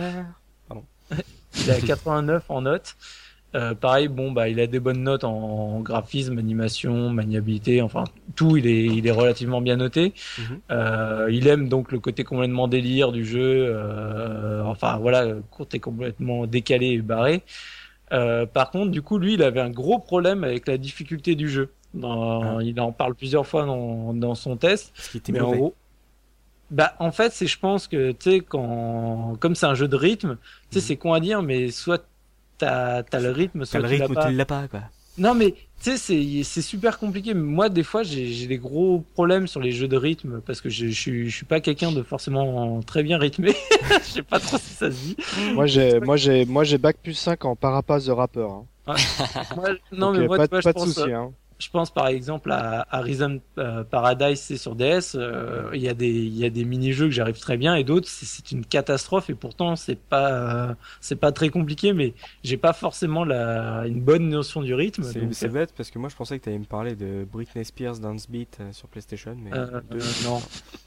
Speaker 5: Il a 89 en notes. Pareil, il a des bonnes notes en graphisme, animation, maniabilité, enfin tout. Il est relativement bien noté. Il aime donc le côté complètement délire du jeu. Enfin voilà, côté complètement décalé et barré. Par contre, du coup, lui, il avait un gros problème avec la difficulté du jeu. Il en parle plusieurs fois dans son test.
Speaker 1: Mais en gros,
Speaker 5: en fait, je pense que, tu sais, comme c'est un jeu de rythme, tu sais, c'est con à dire, mais soit t'as le rythme, soit tu
Speaker 1: l'as pas, quoi.
Speaker 5: Non, mais, tu sais, c'est super compliqué. Moi, des fois, j'ai des gros problèmes sur les jeux de rythme, parce que je suis pas quelqu'un de forcément très bien rythmé. Je sais pas trop si ça se dit.
Speaker 2: Moi, j'ai bac plus 5 en Parapaz the Rapper. Hein.
Speaker 5: Non, mais moi,
Speaker 2: pas
Speaker 5: je
Speaker 2: de souci, hein.
Speaker 5: Je pense par exemple à Rhythm Paradise, c'est sur DS. Il y a des mini-jeux que j'arrive très bien, et d'autres c'est une catastrophe. Et pourtant c'est pas très compliqué, mais j'ai pas forcément une bonne notion du rythme.
Speaker 1: C'est bête, parce que moi je pensais que tu allais me parler de Britney Spears Dance Beat sur PlayStation, mais
Speaker 5: non.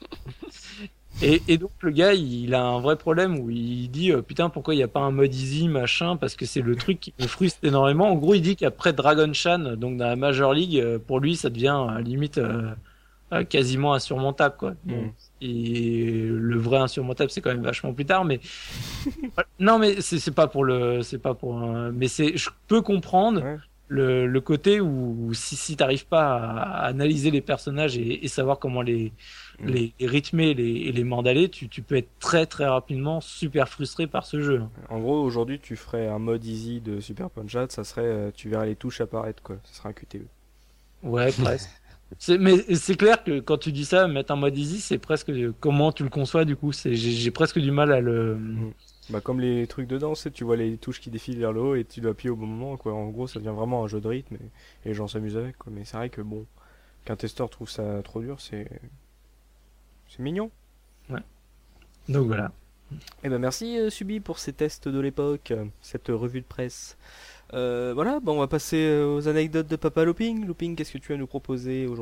Speaker 5: Et donc le gars il a un vrai problème où il dit putain, pourquoi il n'y a pas un mode easy machin, parce que c'est le truc qui me frustre énormément. En gros il dit qu'après Dragon Chan, donc dans la Major League, pour lui ça devient limite quasiment insurmontable, quoi. Bon, et le vrai insurmontable c'est quand même vachement plus tard, mais non, mais c'est pas pour mais je peux comprendre. Le côté où si t'arrives pas à analyser les personnages et savoir comment les rythmer et les mandaler, tu peux être très très rapidement super frustré par ce jeu.
Speaker 1: En gros, aujourd'hui, tu ferais un mode easy de Super Punch-Out, ça serait, tu verrais les touches apparaître, quoi. Ça serait un QTE.
Speaker 5: Ouais, presque. Mais c'est clair que quand tu dis ça, mettre un mode easy, c'est presque comment tu le conçois, du coup. J'ai presque du mal à le...
Speaker 1: comme les trucs de danse, tu vois les touches qui défilent vers le haut et tu dois appuyer au bon moment, quoi. En gros, ça devient vraiment un jeu de rythme et les gens s'amusent avec, quoi. Mais c'est vrai que qu'un testeur trouve ça trop dur, c'est mignon. Ouais.
Speaker 5: Donc voilà.
Speaker 1: Eh ben merci Subi pour ces tests de l'époque, cette revue de presse. Voilà, on va passer aux anecdotes de Papa Looping. Looping, qu'est-ce que tu as à nous proposer aujourd'hui ?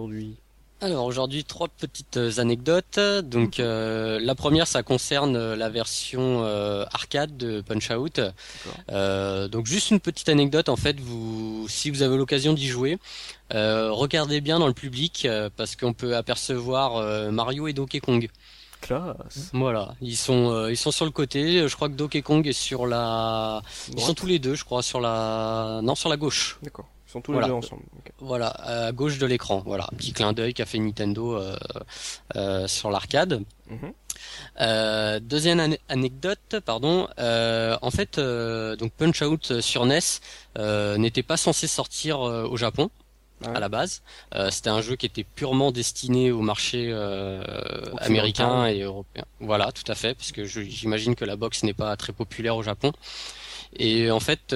Speaker 3: Alors aujourd'hui, trois petites anecdotes. Donc la première, ça concerne la version arcade de Punch-Out. Donc juste une petite anecdote, en fait, si vous avez l'occasion d'y jouer, regardez bien dans le public parce qu'on peut apercevoir Mario et Donkey Kong.
Speaker 1: Classe.
Speaker 3: Voilà, ils sont sur le côté. Je crois que Donkey Kong est sur la. Ils sont tous les deux, je crois, sur la gauche.
Speaker 1: D'accord. Ils sont tous les deux ensemble. Okay.
Speaker 3: Voilà, à gauche de l'écran. Voilà, un petit clin d'œil qu'a fait Nintendo sur l'arcade. Deuxième anecdote, pardon. En fait, donc Punch-Out sur NES n'était pas censé sortir au Japon. À la base, c'était un jeu qui était purement destiné au marché américain et européen. Voilà, tout à fait, parce que j'imagine que la boxe n'est pas très populaire au Japon. Et en fait,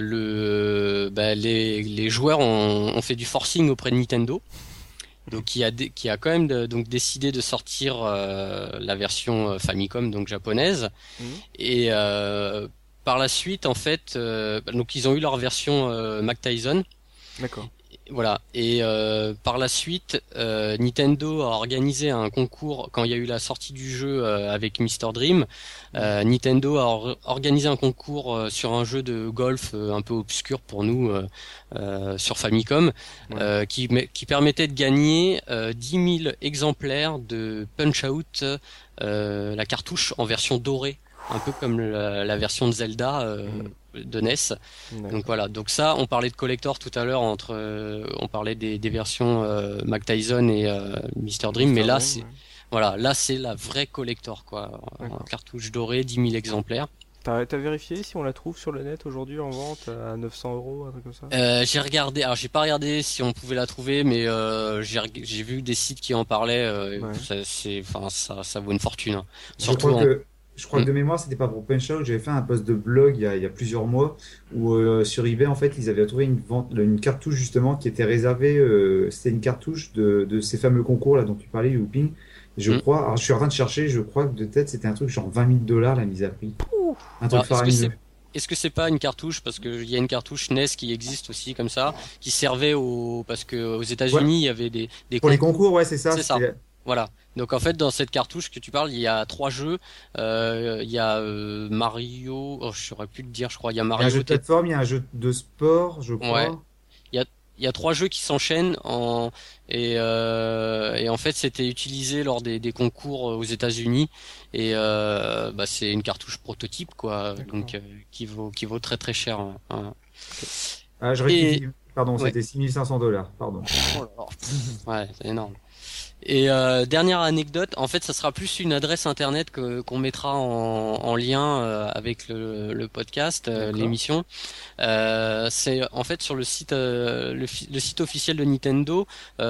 Speaker 3: les joueurs ont fait du forcing auprès de Nintendo, donc qui a quand même donc décidé de sortir la version Famicom, donc japonaise. Et par la suite, en fait, donc ils ont eu leur version Mac Tyson.
Speaker 1: D'accord.
Speaker 3: Voilà, et par la suite, Nintendo a organisé un concours quand il y a eu la sortie du jeu avec Mr. Dream. Nintendo a organisé un concours sur un jeu de golf un peu obscur pour nous sur Famicom, qui permettait de gagner 10 000 exemplaires de Punch-Out, la cartouche en version dorée, un peu comme la version de Zelda de NES. Donc voilà, donc ça, on parlait de collector tout à l'heure, on parlait des versions Mac Tyson et Mr. Dream, mais là c'est voilà, là c'est la vraie collector quoi, en cartouche dorée, 10 000 exemplaires.
Speaker 1: T'as vérifié si on la trouve sur le net aujourd'hui en vente à 900 €, un truc comme ça?
Speaker 3: J'ai regardé, alors j'ai pas regardé si on pouvait la trouver, mais j'ai vu des sites qui en parlaient. Ça vaut une fortune. Hein. Surtout
Speaker 4: je crois que de mémoire, c'était pas pour Punch-Out. J'avais fait un post de blog il y a plusieurs mois où sur eBay, en fait, ils avaient trouvé une cartouche justement qui était réservée. C'était une cartouche de ces fameux concours là dont tu parlais, Looping. Je crois. Alors, je suis en train de chercher. Je crois que de tête, c'était un truc genre 20 000 $ la mise à prix. Un truc faramineux.
Speaker 3: Est-ce que c'est pas une cartouche, parce que il y a une cartouche NES qui existe aussi comme ça, qui servait parce que aux États-Unis il y avait des
Speaker 4: pour les concours, ouais, c'est ça.
Speaker 3: C'est ça. Voilà. Donc en fait dans cette cartouche que tu parles, il y a 3 jeux. Il y a Mario. Oh, je saurais plus le dire. Je crois il y a Mario.
Speaker 4: Il y a un jeu de plateforme, il y a un jeu de sport, je crois.
Speaker 3: Ouais. Il y a 3 jeux qui s'enchaînent et en fait c'était utilisé lors des concours aux États-Unis et c'est une cartouche prototype quoi. D'accord. Donc qui vaut très très cher. Hein.
Speaker 4: Ah, je rectifie. Pardon, c'était 6 500 $. Pardon.
Speaker 3: Oh là là. Ouais, c'est énorme. Et dernière anecdote, en fait, ça sera plus une adresse internet qu'on mettra en lien avec le podcast, l'émission. C'est en fait sur le site site officiel de Nintendo.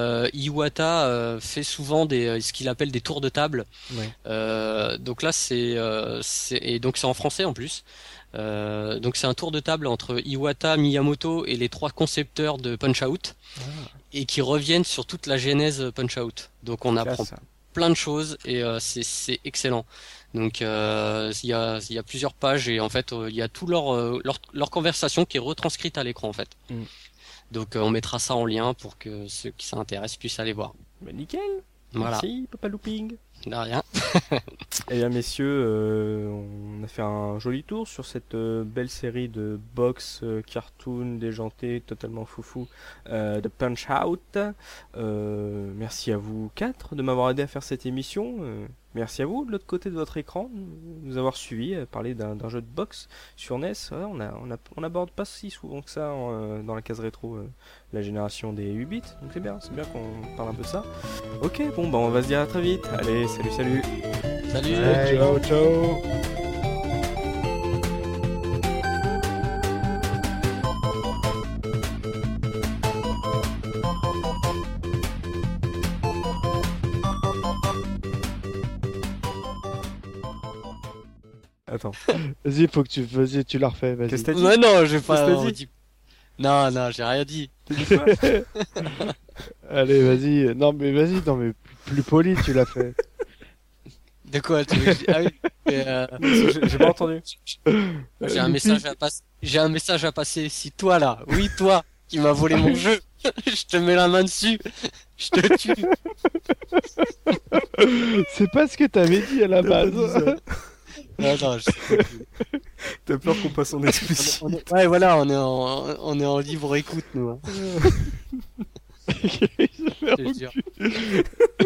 Speaker 3: Iwata fait souvent ce qu'il appelle des tours de table. Ouais. Donc là, et donc c'est en français en plus. Donc c'est un tour de table entre Iwata, Miyamoto et les 3 concepteurs de Punch-Out et qui reviennent sur toute la genèse Punch-Out. Donc on apprend plein de choses et c'est excellent. Donc il y a plusieurs pages et en fait il y a tout leur conversation qui est retranscrite à l'écran en fait. Donc on mettra ça en lien pour que ceux qui s'intéressent puissent aller voir.
Speaker 1: Bah, nickel.
Speaker 3: Voilà.
Speaker 1: Merci Papa Looping.
Speaker 3: De rien.
Speaker 1: Eh bien messieurs, on a fait un joli tour sur cette belle série de box cartoon déjanté, totalement foufou de Punch-Out. Merci à vous 4 de m'avoir aidé à faire cette émission. Merci à vous de l'autre côté de votre écran de nous avoir suivis, parler d'un jeu de boxe sur NES. Ouais, on aborde pas si souvent que ça dans la case rétro la génération des 8 bits. Donc c'est bien qu'on parle un peu de ça. Ok, bon bah on va se dire à très vite. Allez, salut.
Speaker 3: Salut.
Speaker 2: Ouais, ciao.
Speaker 1: Attends.
Speaker 2: Vas-y, tu la refais, vas-y.
Speaker 1: Qu'est-ce que t'as dit?
Speaker 3: Ouais, non, j'ai pas
Speaker 1: dit.
Speaker 3: Non, j'ai rien dit.
Speaker 1: T'as dit quoi?
Speaker 2: Allez, vas-y. Non, mais plus poli, tu l'as fait.
Speaker 3: De quoi tu veux que Ah oui.
Speaker 1: J'ai pas entendu.
Speaker 3: J'ai un message à passer. Si toi là, oui toi, qui m'a volé mon jeu. Je te mets la main dessus. Je te tue.
Speaker 2: C'est pas ce que t'avais dit à la base.
Speaker 3: Non,
Speaker 1: T'as peur qu'on passe en explicite.
Speaker 3: Ouais, voilà, on est en libre écoute, nous. Hein.
Speaker 2: Il se fait
Speaker 3: Je te jure.